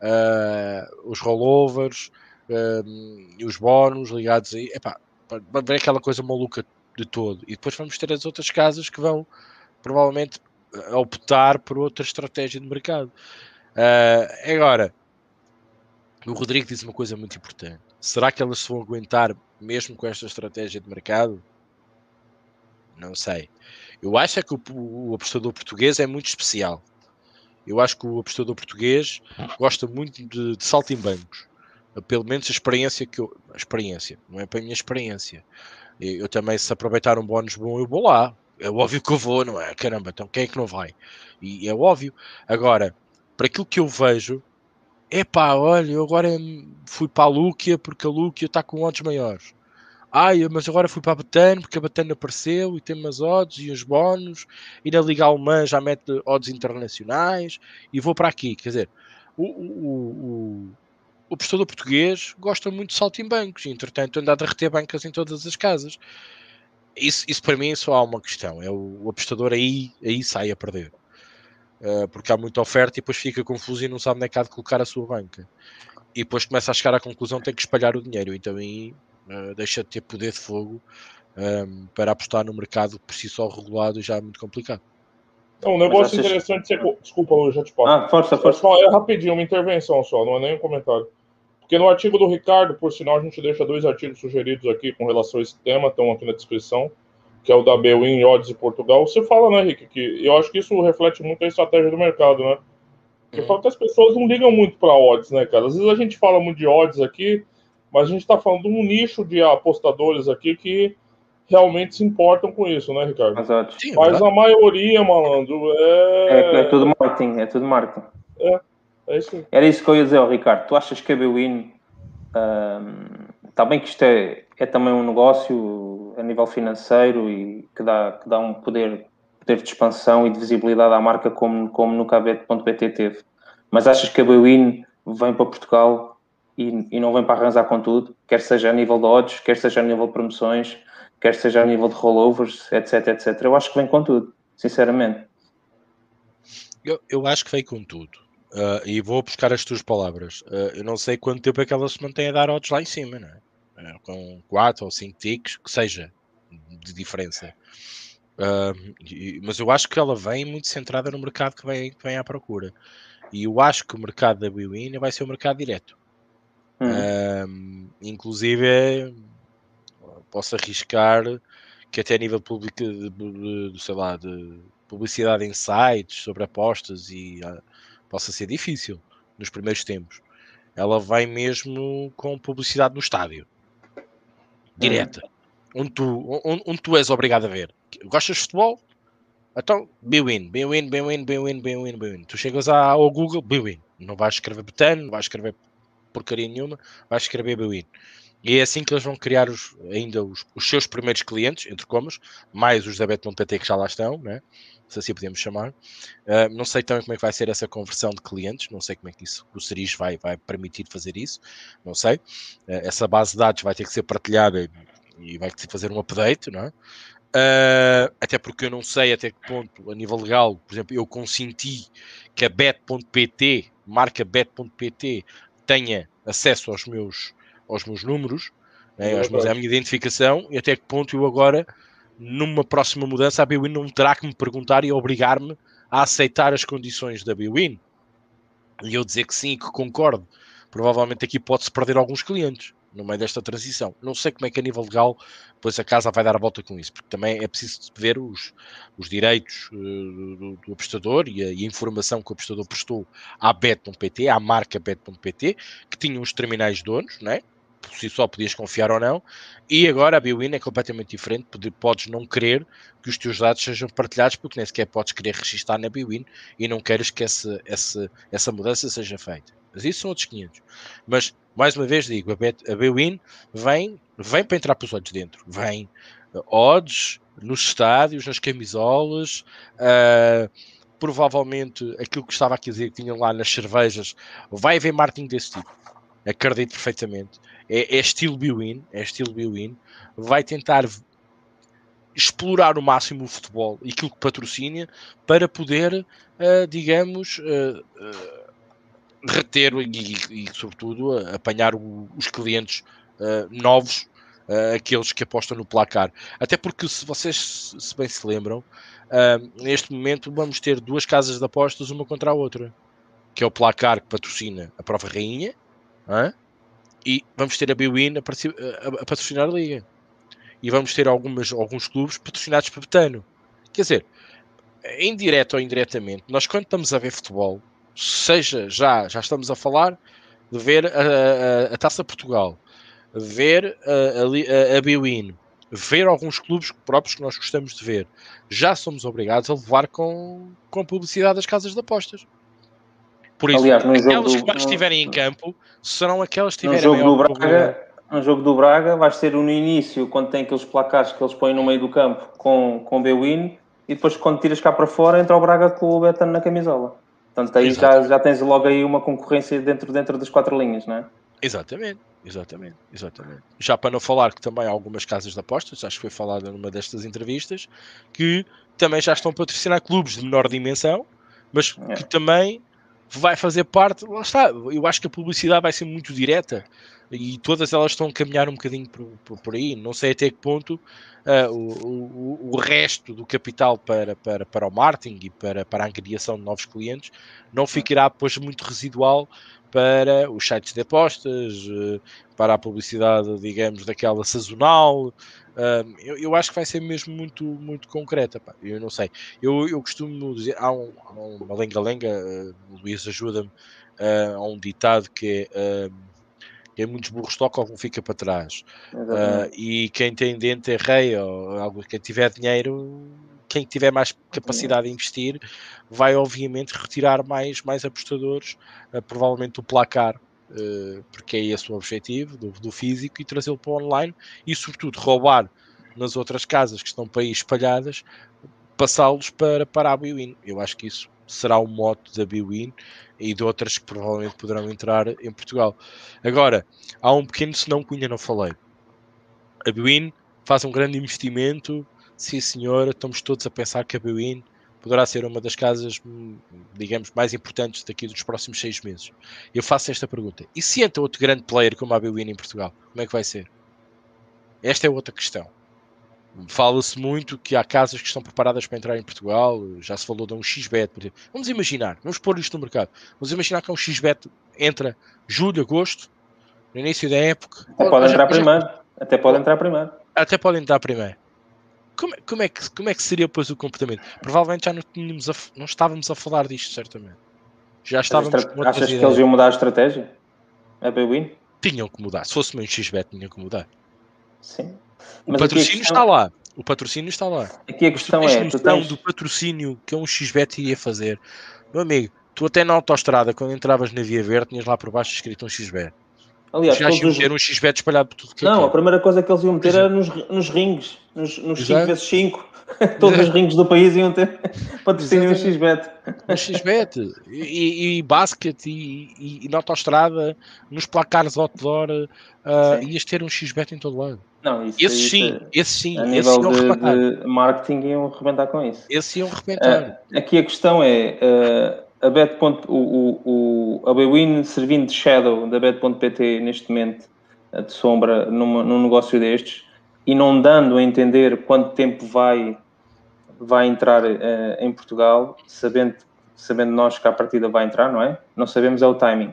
os rollovers, e os bónus ligados aí, vai ver aquela coisa maluca de todo. E depois vamos ter as outras casas que vão provavelmente optar por outra estratégia de mercado. Agora, o Rodrigo disse uma coisa muito importante. Será que elas se vão aguentar mesmo com esta estratégia de mercado? Não sei. Eu acho que o apostador português é muito especial. Eu acho que o apostador português gosta muito de saltimbancos. Pelo menos a experiência não é para a minha experiência. Eu também, se aproveitar um bónus bom, eu vou lá. É óbvio que eu vou, não é? Caramba, então quem é que não vai? E é óbvio. Agora, para aquilo que eu vejo, olha, eu agora fui para a Lúquia porque a Lúquia está com odds maiores. Mas agora fui para a Betano porque a Betano apareceu e tem umas odds e os bónus, e na Liga Alemã já mete odds internacionais e vou para aqui. Quer dizer, o apostador português gosta muito de saltimbancos e, entretanto, anda a derreter bancas em todas as casas. Isso para mim só há uma questão: é o apostador aí sai a perder. Porque há muita oferta e depois fica confuso e não sabe onde é que há de colocar a sua banca. E depois começa a chegar à conclusão que tem que espalhar o dinheiro. Então aí deixa de ter poder de fogo para apostar no mercado por si só regulado, já é muito complicado. Um negócio interessante, desculpa, Lu, já te passo. Força. É rapidinho, uma intervenção só, não é nem um comentário. Porque no artigo do Ricardo, por sinal, a gente deixa 2 artigos sugeridos aqui com relação a esse tema, estão aqui na descrição, que é o da Bwin Odds de Portugal. Você fala, né, Rick, que eu acho que isso reflete muito a estratégia do mercado, né? Porque fala que as pessoas não ligam muito para odds, né, cara? Às vezes a gente fala muito de odds aqui, mas a gente está falando de um nicho de apostadores aqui que realmente se importam com isso, né, Ricardo? Sim, mas a maioria, malandro, é tudo marketing. É isso aí. Era isso que eu ia dizer ao Ricardo. Tu achas que a Bwin, está bem que isto é também um negócio a nível financeiro e que dá um poder de expansão e de visibilidade à marca como nunca a Bet.pt teve. Mas achas que a Bwin vem para Portugal e não vem para arranjar com tudo, quer seja a nível de odds, quer seja a nível de promoções, quer seja a nível de rollovers, etc, etc. Eu acho que vem com tudo, sinceramente. Eu acho que veio com tudo. E vou buscar as tuas palavras. Eu não sei quanto tempo é que ela se mantém a dar odds lá em cima, não é? Com 4 ou 5 ticks, que seja de diferença. Mas eu acho que ela vem muito centrada no mercado que vem à procura. E eu acho que o mercado da Bwin vai ser o mercado direto. Inclusive, posso arriscar que até a nível público sei lá, de publicidade em sites sobre apostas possa ser difícil nos primeiros tempos. Ela vai mesmo com publicidade no estádio, direta, onde tu és obrigado a ver. Gostas de futebol? Então, Bwin. Tu chegas ao Google, Bwin. Não vais escrever Betano, não vais escrever porcaria nenhuma, vais escrever Bwin. E é assim que eles vão criar ainda os seus primeiros clientes, entre comas, mais os da Bet.pt que já lá estão, né? Se assim podemos chamar. Não sei também como é que vai ser essa conversão de clientes, não sei como é que o Ceris vai permitir fazer isso, não sei. Essa base de dados vai ter que ser partilhada e vai ter que fazer um update, não é? Até porque eu não sei até que ponto, a nível legal, por exemplo, eu consenti que a Bet.pt, marca Bet.pt, tenha acesso aos meus números, né, à minha identificação, e até que ponto eu agora, numa próxima mudança, a Bwin não terá que me perguntar e obrigar-me a aceitar as condições da Bwin. E eu dizer que sim, que concordo. Provavelmente aqui pode-se perder alguns clientes no meio desta transição. Não sei como é que a nível legal depois a casa vai dar a volta com isso, porque também é preciso ver os direitos do apostador e a informação que o apostador prestou à Bet.pt, à marca Bet.pt, que tinha os terminais donos, não é? Por si só podias confiar ou não, e agora a Bwin é completamente diferente, podes não querer que os teus dados sejam partilhados, porque nem sequer podes querer registar na Bwin e não queres que essa mudança seja feita. Mas isso são outros 500. Mas, mais uma vez digo, a Bwin vem para entrar para os olhos dentro. Vem odds nos estádios, nas camisolas, provavelmente aquilo que estava aqui a dizer que tinham lá nas cervejas, vai haver marketing desse tipo. Acredito perfeitamente. É estilo Bwin, vai tentar explorar o máximo o futebol e aquilo que patrocina para poder, digamos, reter e sobretudo, apanhar os clientes novos, aqueles que apostam no placar. Até porque, se vocês se bem se lembram, neste momento vamos ter duas casas de apostas, uma contra a outra, que é o placar que patrocina a Prova Rainha, e vamos ter a Bwin a patrocinar a Liga. E vamos ter alguns clubes patrocinados por Betano. Quer dizer, indireto ou indiretamente, nós quando estamos a ver futebol, seja já estamos a falar de ver a Taça Portugal, ver a Bwin, ver alguns clubes próprios que nós gostamos de ver, já somos obrigados a levar com publicidade das casas de apostas. Por isso, aliás, aquelas que mais estiverem em campo serão aquelas que tiverem no jogo maior do probabilidade. No jogo do Braga, vais ter no início, quando tem aqueles placares que eles põem no meio do campo com Bwin, e depois quando tiras cá para fora, entra o Braga com o Betano na camisola. Portanto, aí já tens logo aí uma concorrência dentro das 4 linhas, não é? Exatamente. Já para não falar que também há algumas casas de apostas, acho que foi falado numa destas entrevistas, que também já estão a patrocinar clubes de menor dimensão, mas que também vai fazer parte, lá está, eu acho que a publicidade vai ser muito direta e todas elas estão a caminhar um bocadinho por aí, não sei até que ponto o resto do capital para o marketing e para a angariação de novos clientes não ficará depois muito residual para os sites de apostas, para a publicidade, digamos, daquela sazonal. Eu acho que vai ser mesmo muito, muito concreta. Pá. Eu não sei. Eu costumo dizer, há uma lenga-lenga, Luís ajuda-me, há um ditado que é muitos burros tocam, algum fica para trás. E quem tem dente é rei, ou quem tiver dinheiro, quem tiver mais capacidade de investir, vai obviamente retirar mais apostadores, provavelmente do placar, porque é esse o objetivo do físico, e trazê-lo para o online e sobretudo roubar nas outras casas que estão para aí espalhadas, passá-los para a Bwin. Eu acho que isso será o mote da Bwin e de outras que provavelmente poderão entrar em Portugal. Agora, há um pequeno senão que ainda não falei. A Bwin faz um grande investimento, sim senhor, estamos todos a pensar que a BWin poderá ser uma das casas, digamos, mais importantes daqui dos próximos 6 meses. Eu faço esta pergunta. E se entra outro grande player como a BWin em Portugal, como é que vai ser? Esta é outra questão. Fala-se muito que há casas que estão preparadas para entrar em Portugal, já se falou de um XBet, por exemplo. Vamos imaginar, vamos pôr isto no mercado. Vamos imaginar que um XBet entra julho, agosto, no início da época. Até pode entrar primeiro. Até pode entrar primeiro. Até pode entrar primeiro. Como é que seria depois o comportamento? Provavelmente já não estávamos a falar disto, certamente. Já estávamos com outras Achas ideias. que eles iam mudar a estratégia? A BWin? Tinham que mudar. Se fosse um XBet, tinham que mudar. Sim. O patrocínio está lá. O patrocínio está lá. Aqui a questão é... Tu tens do patrocínio que um XBet iria fazer. Meu amigo, tu até na autoestrada, quando entravas na Via Verde, tinhas lá por baixo escrito um XBet. Aliás, já iam ter um XBet espalhado por tudo que Não, a primeira coisa que eles iam meter era nos rings. Nos 5x5. Todos os rings do país iam ter patrocínio um XBet. Um XBet. E basquete e na autoestrada, nos placares outdoor, ias ter um XBet em todo lado. Não, isso, esse sim. A nível de marketing iam arrebentar com isso. Esse iam arrebentar. Aqui a questão é a a BWin servindo de shadow da Bet.pt neste momento, de sombra num negócio destes, e não dando a entender quanto tempo vai entrar em Portugal, sabendo nós que à partida vai entrar, não é? Não sabemos é o timing.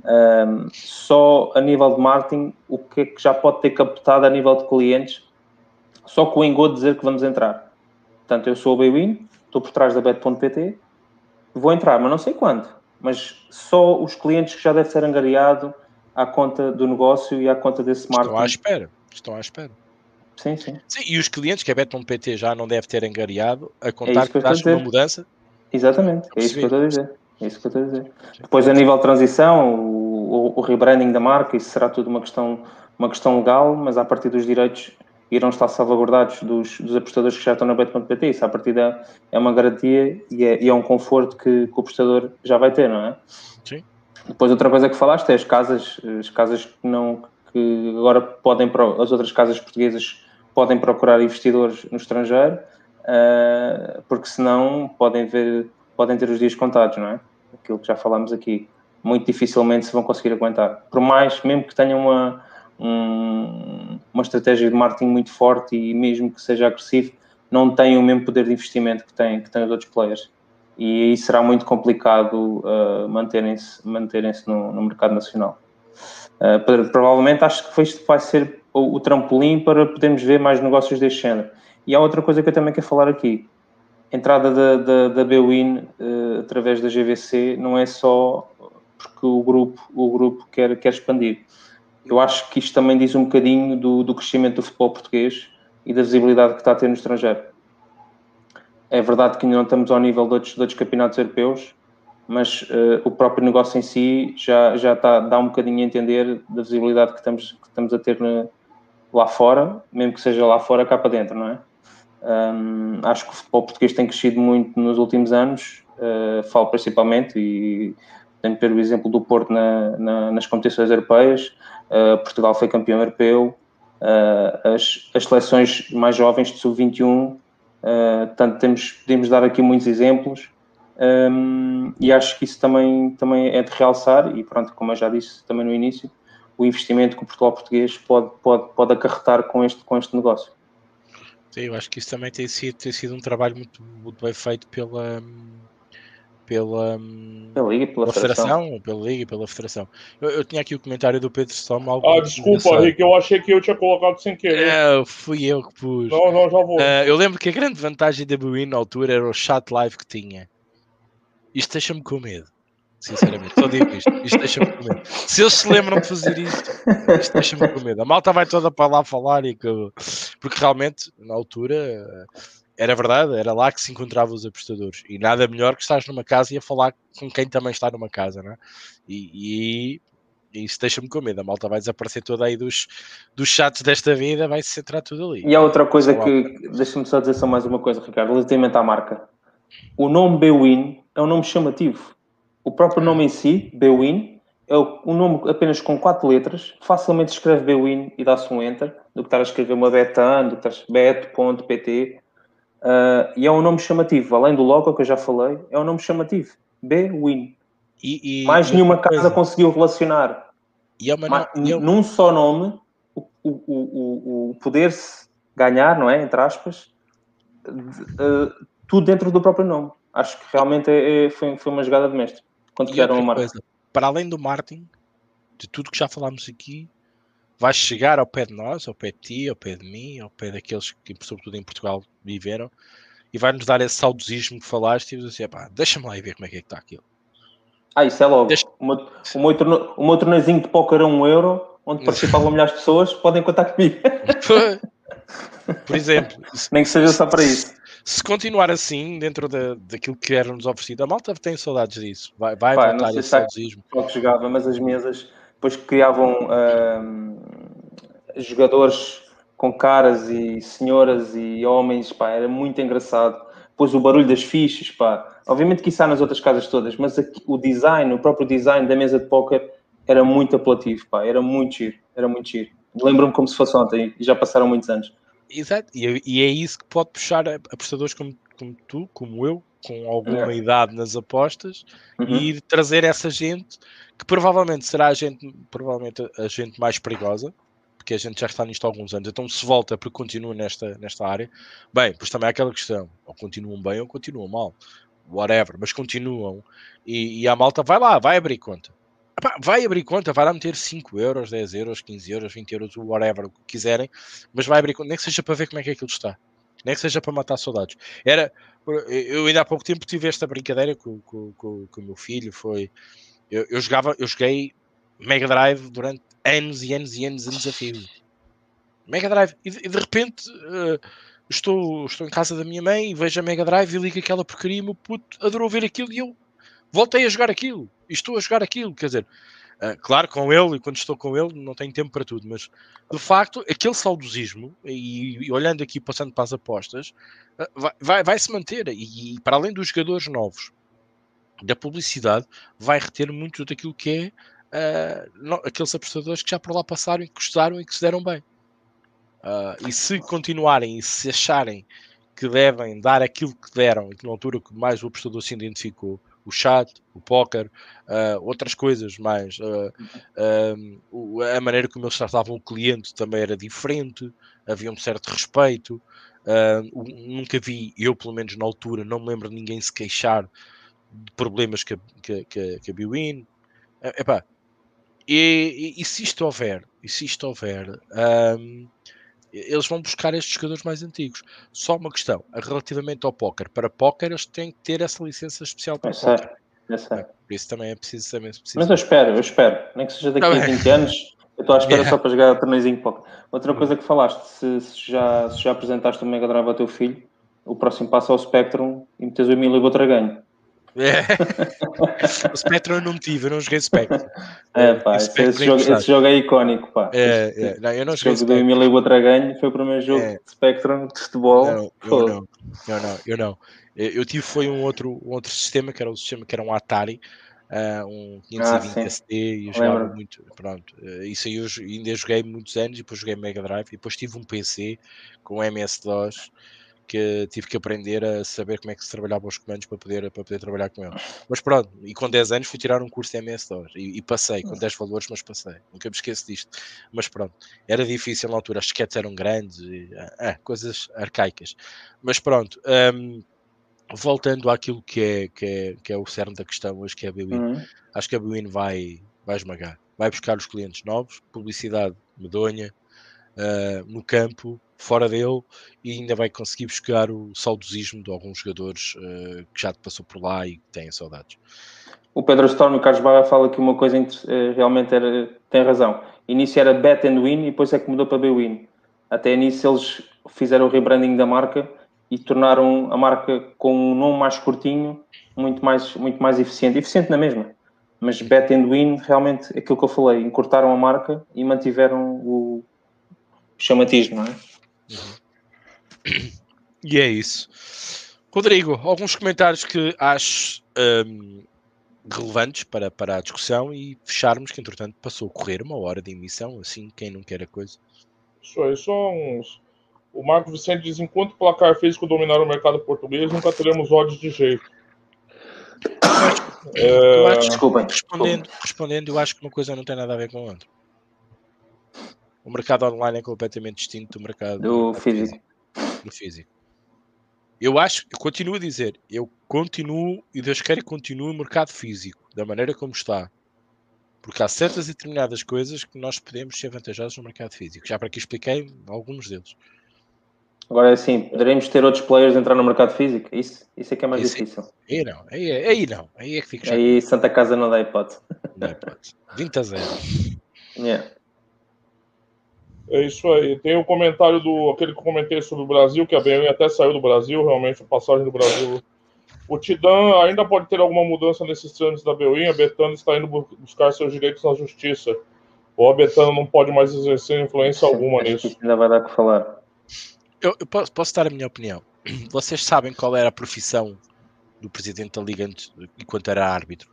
Só a nível de marketing, o que é que já pode ter captado a nível de clientes, só com o engodo de dizer que vamos entrar. Portanto, eu sou a BWin, estou por trás da Bet.pt, vou entrar, mas não sei quando. Mas só os clientes que já devem ser angariado à conta do negócio e à conta desse marketing. Estão à espera. Sim. E os clientes que a Bet.pt já não deve ter angariado a contar que traz uma mudança. Exatamente, é isso que eu estou a dizer. Depois, a nível de transição, o rebranding da marca, isso será tudo uma questão legal, mas a partir dos direitos irão estar salvaguardados dos apostadores que já estão na Bet.pt. Isso, a partir é uma garantia e é um conforto que o apostador já vai ter, não é? Sim. Depois, outra coisa que falaste é as casas que agora podem, as outras casas portuguesas podem procurar investidores no estrangeiro, porque senão podem ter os dias contados, não é? Aquilo que já falámos aqui. Muito dificilmente se vão conseguir aguentar. Por mais, mesmo que tenham uma estratégia de marketing muito forte e mesmo que seja agressivo, não têm o mesmo poder de investimento que têm os outros players. E aí será muito complicado manterem-se no mercado nacional. Provavelmente acho que vai ser o trampolim para podermos ver mais negócios deste género. E há outra coisa que eu também quero falar aqui. A entrada da BWin através da GVC não é só porque o grupo quer expandir. Eu acho que isto também diz um bocadinho do crescimento do futebol português e da visibilidade que está a ter no estrangeiro. É verdade que ainda não estamos ao nível de outros campeonatos europeus, mas o próprio negócio em si já dá um bocadinho a entender da visibilidade que estamos a ter lá fora, mesmo que seja lá fora, cá para dentro, não é? Acho que o futebol português tem crescido muito nos últimos anos, falo principalmente, e tenho que ter o exemplo do Porto nas competições europeias. Portugal foi campeão europeu, as seleções mais jovens de sub-21, portanto podemos dar aqui muitos exemplos, e acho que isso também é de realçar, e pronto, como eu já disse também no início, o investimento que o futebol português pode acarretar com este negócio. Sim, eu acho que isso também tem sido um trabalho muito, muito bem feito pela Liga, pela Federação. Pela Liga e pela Federação. Eu tinha aqui o comentário do Pedro Soma. Desculpa, Rick, eu achei que eu tinha colocado sem querer. Fui eu que pus. Não, já vou. Eu lembro que a grande vantagem da BWin na altura era o chat live que tinha. Isto deixa-me com medo. Sinceramente, só digo isto deixa-me com medo. Se eles se lembram de fazer isto deixa-me com medo. A malta vai toda para lá falar porque realmente, na altura, era verdade, era lá que se encontravam os apostadores. E nada melhor que estás numa casa e a falar com quem também está numa casa, não é? E isso deixa-me com medo. A malta vai desaparecer toda aí dos chats desta vida, vai se centrar tudo ali. E há outra coisa deixa-me só dizer só mais uma coisa, Ricardo, relativamente à marca. O nome BWin é um nome chamativo. O próprio nome em si, BWin, é um nome apenas com 4 letras, facilmente escreve Bwin e dá-se um Enter, do que estar a escrever uma betan, do que estar bet.pt. E é um nome chamativo, além do logo que eu já falei, é um nome chamativo. Bwin. Mais nenhuma casa conseguiu relacionar num só nome o poder-se ganhar, não é? Entre aspas, tudo dentro do próprio nome. Acho que realmente foi uma jogada de mestre quando criaram a marca. Para além do marketing, de tudo que já falámos aqui, vai chegar ao pé de nós, ao pé de ti, ao pé de mim, ao pé daqueles que, sobretudo em Portugal, viveram, e vai-nos dar esse saudosismo que falaste e dizer assim, pá, deixa-me lá e ver como é que está aquilo. Isso é logo. O meu torneizinho de póquer a €1, onde participavam milhares de pessoas, podem contar comigo. Por exemplo. Nem que seja só para isso. Se continuar assim, dentro daquilo que era-nos oferecido, a malta tem saudades disso. Vai voltar esse saudosismo. Que jogava, mas as mesas depois criavam jogadores com caras e senhoras e homens, pá, era muito engraçado. Depois o barulho das fichas, pá. Obviamente que isso há nas outras casas todas, mas aqui, o próprio design da mesa de póquer era muito apelativo, pá. Era muito giro. Lembro-me como se fosse ontem e já passaram muitos anos. Exato, e é isso que pode puxar apostadores como tu, como eu, com alguma idade nas apostas, e ir trazer essa gente que provavelmente será a gente mais perigosa, porque a gente já está nisto há alguns anos, então se volta porque continua nesta área, bem, pois também é aquela questão, ou continuam bem ou continuam mal, whatever, mas continuam, e a malta vai lá, vai abrir conta. Vai abrir conta, vai lá meter 5€, 10€, 15€, 20€, whatever, o que quiserem, mas vai abrir conta, nem que seja para ver como é que aquilo está, nem que seja para matar saudades. Eu ainda há pouco tempo tive esta brincadeira com o meu filho, eu joguei Mega Drive durante anos e anos e anos a desafio. Mega Drive, e de repente estou em casa da minha mãe e vejo a Mega Drive e ligo aquela porcaria e o meu puto adorou ver aquilo e eu voltei a jogar aquilo, e estou a jogar aquilo, quer dizer, claro, com ele, e quando estou com ele não tenho tempo para tudo, mas de facto aquele saudosismo, e olhando aqui, passando para as apostas, vai se manter, e para além dos jogadores novos, da publicidade, vai reter muito daquilo que é aqueles apostadores que já por lá passaram e que gostaram e que se deram bem. E se continuarem e se acharem que devem dar aquilo que deram e que na altura que mais o apostador se identificou, o chat, o póquer, outras coisas mais, a maneira como eles tratavam o cliente também era diferente, havia um certo respeito, nunca vi, eu pelo menos na altura, não me lembro de ninguém se queixar de problemas que a Bwin, e se isto houver, eles vão buscar estes jogadores mais antigos. Só uma questão, relativamente ao póquer. Para póquer, eles têm que ter essa licença especial para póquer. Por isso também é preciso saber. Mas eu espero. Nem que seja daqui a 20 anos, eu estou à espera só para jogar torneizinho de póquer. Outra coisa que falaste, se já apresentaste o Mega Drive ao teu filho, o próximo passo é o Spectrum e metes o Emílio Botragão. O Spectrum eu não tive, eu não joguei Spectrum. Esse jogo é icónico, pá. Não, eu não joguei jogo do Emílio Botragão foi o primeiro jogo de Spectrum de futebol. Eu não. Eu tive foi um outro sistema, que era o sistema que era um Atari, um 520 SD, e eu jogava muito, pronto, isso aí eu ainda joguei muitos anos, e depois joguei Mega Drive, e depois tive um PC com MS-DOS, que tive que aprender a saber como é que se trabalhava os comandos para poder trabalhar com ele. Mas pronto, e com 10 anos fui tirar um curso de MS-DOS e passei, com 10 valores, mas passei. Nunca me esqueço disto. Mas pronto, era difícil na altura, as disquetes eram grandes, coisas arcaicas. Mas pronto, voltando àquilo que é o cerne da questão hoje, que é a Bwin. Acho que a Bwin vai esmagar. Vai buscar os clientes novos, publicidade medonha, no campo, fora dele, e ainda vai conseguir buscar o saudosismo de alguns jogadores que já passou por lá e que têm saudades. O Pedro Storm e o Carlos Barra falam que uma coisa realmente tem razão. Início era Bet and Win e depois é que mudou para Bwin. Até início eles fizeram o rebranding da marca e tornaram a marca com um nome mais curtinho, muito mais eficiente. Eficiente na mesma. Mas Bet and Win, realmente, aquilo que eu falei, encurtaram a marca e mantiveram o chamatismo, não é? E é isso. Rodrigo, alguns comentários que acho relevantes para a discussão e fecharmos, que entretanto passou a correr 1 hora de emissão, assim, quem não quer a coisa. Isso aí são uns... O Marco Vicente diz, enquanto o placar físico dominar o mercado português, nunca teremos odds de jeito. Eu acho, Desculpem. respondendo, eu acho que uma coisa não tem nada a ver com a outra. O mercado online é completamente distinto do mercado Do físico. do físico. Eu continuo a dizer, eu continuo, e Deus queira que continue o mercado físico, da maneira como está. Porque há certas e determinadas coisas que nós podemos ser vantajosos no mercado físico. Já para aqui expliquei alguns deles. Agora é assim, poderemos ter outros players entrar no mercado físico? Isso é que é mais difícil. Aí não. Aí é que fica chato. Aí Santa Casa não dá hipótese. Não é, pode. 20-0. Yeah. É isso aí. Tem o comentário aquele que eu comentei sobre o Brasil, que a BM até saiu do Brasil, realmente, a passagem do Brasil. O Tidan ainda pode ter alguma mudança nesses trâmites da BUI. A Betano está indo buscar seus direitos na justiça. Ou a Betano não pode mais exercer influência alguma Acho nisso. que isso ainda vai dar para falar. Eu posso dar a minha opinião. Vocês sabem qual era a profissão do presidente da Liga enquanto era árbitro?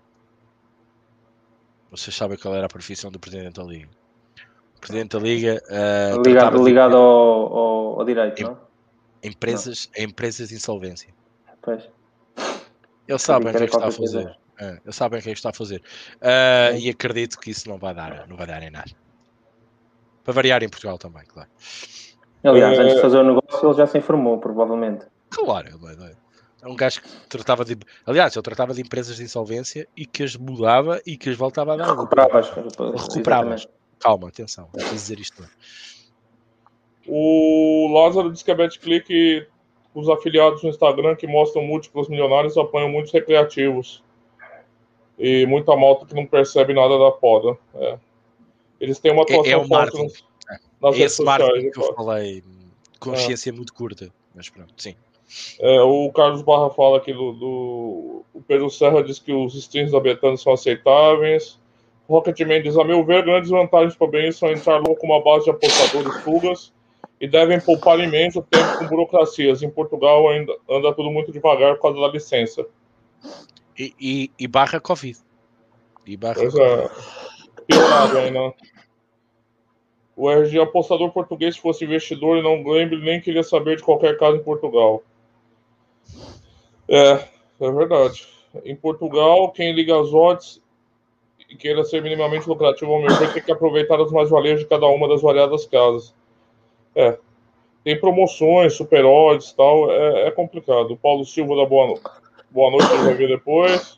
Vocês sabem qual era a profissão do presidente da Liga? O presidente da Liga ligado ao direito, não? empresas de insolvência. Pois. Eles sabem o que é que está a fazer. Eles sabem o que é que está a fazer. E acredito que isso não vai dar em nada. Para variar em Portugal também, claro. Aliás, antes de fazer o negócio, ele já se informou, provavelmente. Claro, é um gajo que tratava de... Aliás, ele tratava de empresas de insolvência e que as mudava e que as voltava a dar. Recuperava. Calma, atenção, vou dizer isto. O Lázaro diz que a BetClick, os afiliados no Instagram que mostram múltiplos milionários apanham muitos recreativos. E muita malta que não percebe nada da poda. Eles têm uma atuação forte nas redes sociais. Que eu falei, consciência muito curta, mas pronto, sim. O Carlos Barra fala aqui o Pedro Serra diz que os streams da Betano são aceitáveis. O Rocketman diz, a meu ver, grandes vantagens para bem são entrar logo com uma base de apostadores fugas e devem poupar imenso tempo com burocracias. Em Portugal ainda anda tudo muito devagar por causa da licença. E barra Covid. Pois é. Piorado ainda. O RG apostador português, se fosse investidor e não lembre, nem queria saber de qualquer caso em Portugal. É verdade. Em Portugal, quem liga as odds e queira ser minimamente lucrativo, ao meu ver, tem que aproveitar as mais-valias de cada uma das variadas casas. Tem promoções, super odds e tal, é complicado. O Paulo Silva da boa noite, ele vai ver depois.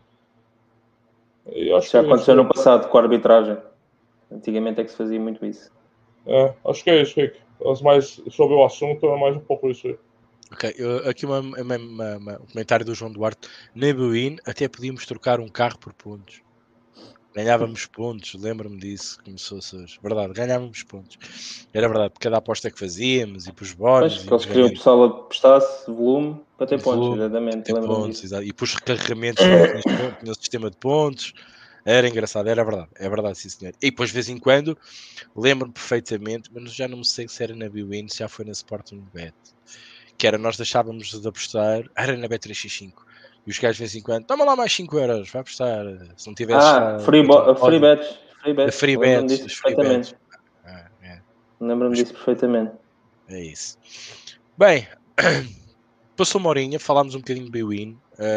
E acho já aconteceu no passado com a arbitragem. Antigamente é que se fazia muito isso. Acho que é isso, Rick. Mais sobre o assunto é mais um pouco isso aí. Ok, aqui um comentário do João Duarte. Na BUIN até podíamos trocar um carro por pontos. Ganhávamos pontos, lembro-me disso. Começou-se hoje. Verdade, ganhávamos pontos. Era verdade, por cada aposta que fazíamos e por os bónus. Pois, que eles queriam que o pessoal apostasse volume para ter pontos, exatamente. Pontos, e por os carregamentos no sistema de pontos. Era engraçado, é verdade, sim senhor. E depois, de vez em quando, lembro-me perfeitamente, mas já não me sei se era na BWin, se já foi na Sporting Bet, que era, nós deixávamos de apostar, era na Bet365, e os gajos de vez em quando, toma lá mais 5 euros, vai apostar, se não tivesse free bets. Lembro-me disso perfeitamente. Lembro-me disso perfeitamente. É isso. Bem, passou uma horinha, falámos um bocadinho de BWin.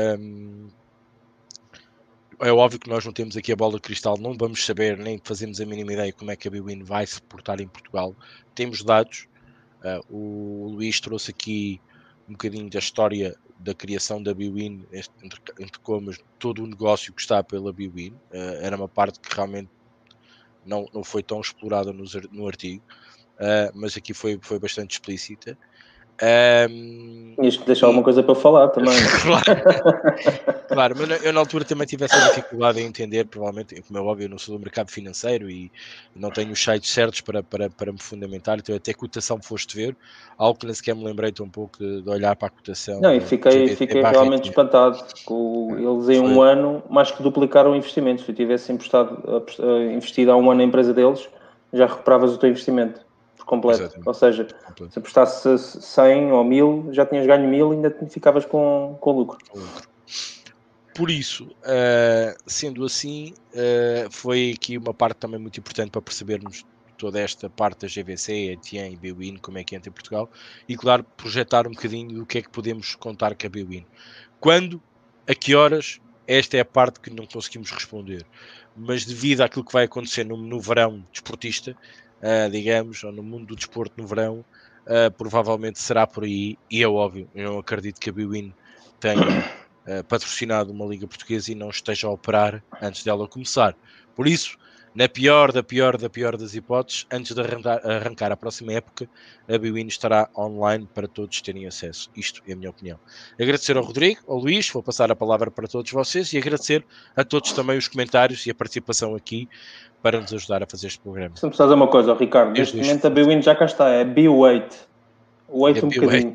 É óbvio que nós não temos aqui a bola de cristal, não vamos saber, nem fazemos a mínima ideia como é que a BWin vai se portar em Portugal. Temos dados, o Luís trouxe aqui um bocadinho da história da criação da BWin, entre comas, todo o negócio que está pela BWin. Era uma parte que realmente não foi tão explorada no artigo, mas aqui foi bastante explícita. Tinhas que deixar alguma coisa para falar também. Claro, mas eu na altura também tive essa dificuldade em entender, provavelmente, como é óbvio, eu não sou do mercado financeiro e não tenho os sites certos para me fundamentar, então até a cotação foste ver, algo que nem sequer me lembrei tão pouco de olhar para a cotação. Não, e fiquei realmente espantado, com eles em um ano mais que duplicaram o investimento. Se tu tivesse investido há um ano na empresa deles, já recuperavas o teu investimento por completo. Exatamente. Ou seja, se apostasse 100 ou 1000, já tinhas ganho 1000 e ainda ficavas com lucro. Por isso, sendo assim, foi aqui uma parte também muito importante para percebermos toda esta parte da GVC, Etienne e Bwin, como é que entra em Portugal, e claro, projetar um bocadinho do que é que podemos contar com a Bwin. Quando, a que horas, esta é a parte que não conseguimos responder, mas devido àquilo que vai acontecer no verão desportista, digamos, ou no mundo do desporto no verão, provavelmente será por aí, e é óbvio, eu não acredito que a Bwin tenha patrocinado uma liga portuguesa e não esteja a operar antes dela começar. Por isso, na pior das hipóteses, antes de arrancar a próxima época, a Bwin estará online para todos terem acesso. Isto é a minha opinião. Agradecer ao Rodrigo, ao Luís, vou passar a palavra para todos vocês e agradecer a todos também os comentários e a participação aqui para nos ajudar a fazer este programa. Deixa-me só dizer uma coisa, Ricardo. Neste momento a Bwin já cá está, é B-Weight. Weight um bocadinho.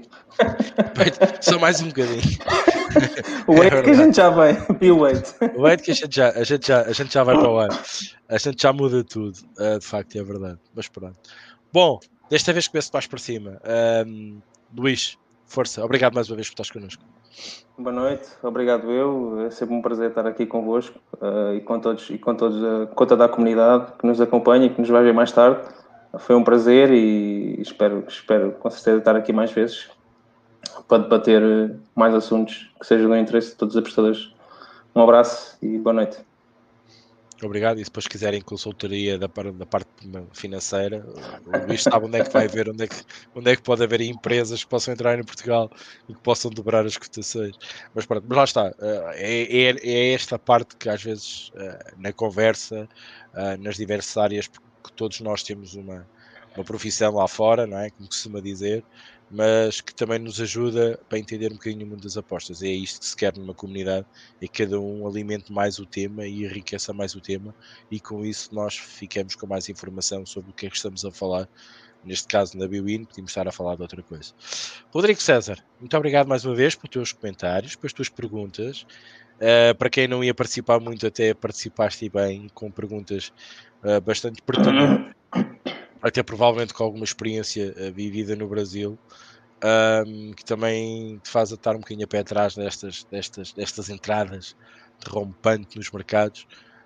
Só mais um bocadinho. O weight que a gente já vai. B-Weight. O weight que a gente já vai para o ar. A gente já muda tudo. De facto, é verdade. Mas pronto. Bom, desta vez começo mais para cima. Luís, força. Obrigado mais uma vez por estares connosco. Boa noite, obrigado eu. É sempre um prazer estar aqui convosco e com toda a comunidade que nos acompanha e que nos vai ver mais tarde. Foi um prazer e espero com certeza estar aqui mais vezes para debater mais assuntos que sejam do interesse de todos os apostadores. Um abraço e boa noite. Obrigado, e se depois quiserem consultoria da parte financeira, o Luís sabe onde é que vai ver, onde é que pode haver empresas que possam entrar em Portugal e que possam dobrar as cotações. Mas pronto, mas lá está, é esta parte que às vezes na conversa, nas diversas áreas, porque todos nós temos uma profissão lá fora, não é? Como costuma dizer, mas que também nos ajuda para entender um bocadinho o mundo das apostas. É isto que se quer numa comunidade, é que cada um alimente mais o tema e enriqueça mais o tema, e com isso nós ficamos com mais informação sobre o que é que estamos a falar. Neste caso, na Bwin, podíamos estar a falar de outra coisa. Rodrigo César, muito obrigado mais uma vez pelos teus comentários, pelas tuas perguntas. Para quem não ia participar muito, até participaste bem, com perguntas bastante pertinentes, até provavelmente com alguma experiência vivida no Brasil, que também te faz estar um bocadinho a pé atrás destas entradas de rompante nos mercados.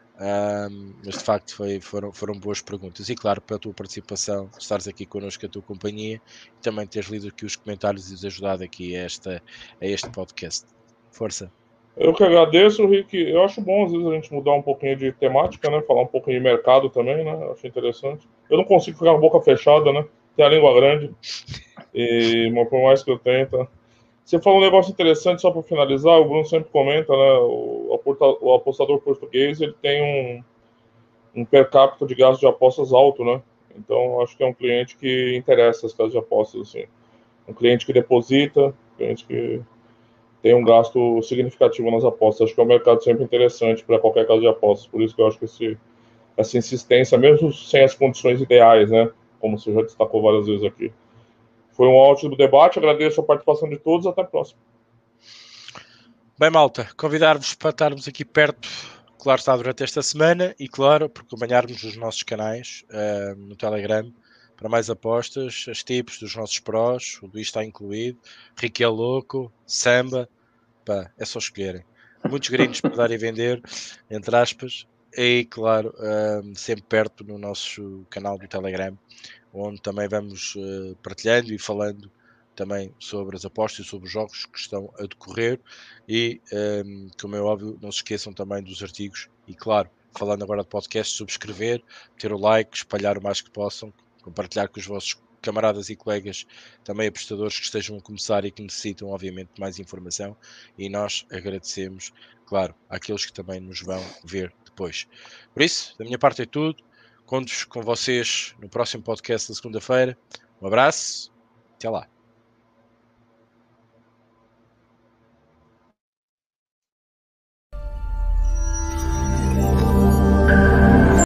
Mas de facto foram boas perguntas, e claro, pela tua participação, estares aqui connosco, a tua companhia, e também teres lido aqui os comentários e ajudado aqui a este podcast. Força. Eu que agradeço, Rick. Eu acho bom às vezes a gente mudar um pouquinho de temática, né? Falar um pouquinho de mercado também, né? Eu acho interessante. Eu não consigo ficar com a boca fechada, né? Tem a língua grande. Mas por mais que eu tente. Você falou um negócio interessante, só para finalizar, o Bruno sempre comenta, né? O apostador português, ele tem um per capita de gasto de apostas alto, né? Então, acho que é um cliente que interessa as casas de apostas, assim. Um cliente que deposita, um cliente que tem um gasto significativo nas apostas. Acho que é um mercado sempre interessante para qualquer casa de apostas. Por isso que eu acho que essa insistência, mesmo sem as condições ideais, né? Como você já destacou várias vezes aqui. Foi um ótimo debate, agradeço a participação de todos, até a próxima. Bem, malta, convidar-vos para estarmos aqui perto, claro está, durante esta semana, e claro, por acompanharmos os nossos canais no Telegram, para mais apostas, as tips dos nossos prós, o Luís está incluído, Ricky é louco, Samba, pá, é só escolherem. Muitos gringos para dar e vender, entre aspas, e claro, sempre perto no nosso canal do Telegram, onde também vamos partilhando e falando também sobre as apostas e sobre os jogos que estão a decorrer, e como é óbvio, não se esqueçam também dos artigos, e claro, falando agora de podcast, subscrever, ter o like, espalhar o mais que possam, compartilhar com os vossos camaradas e colegas, também apostadores que estejam a começar e que necessitam obviamente de mais informação, e nós agradecemos, claro, àqueles que também nos vão ver depois. Por isso, da minha parte é tudo. Conto com vocês no próximo podcast da segunda-feira. Um abraço, até lá.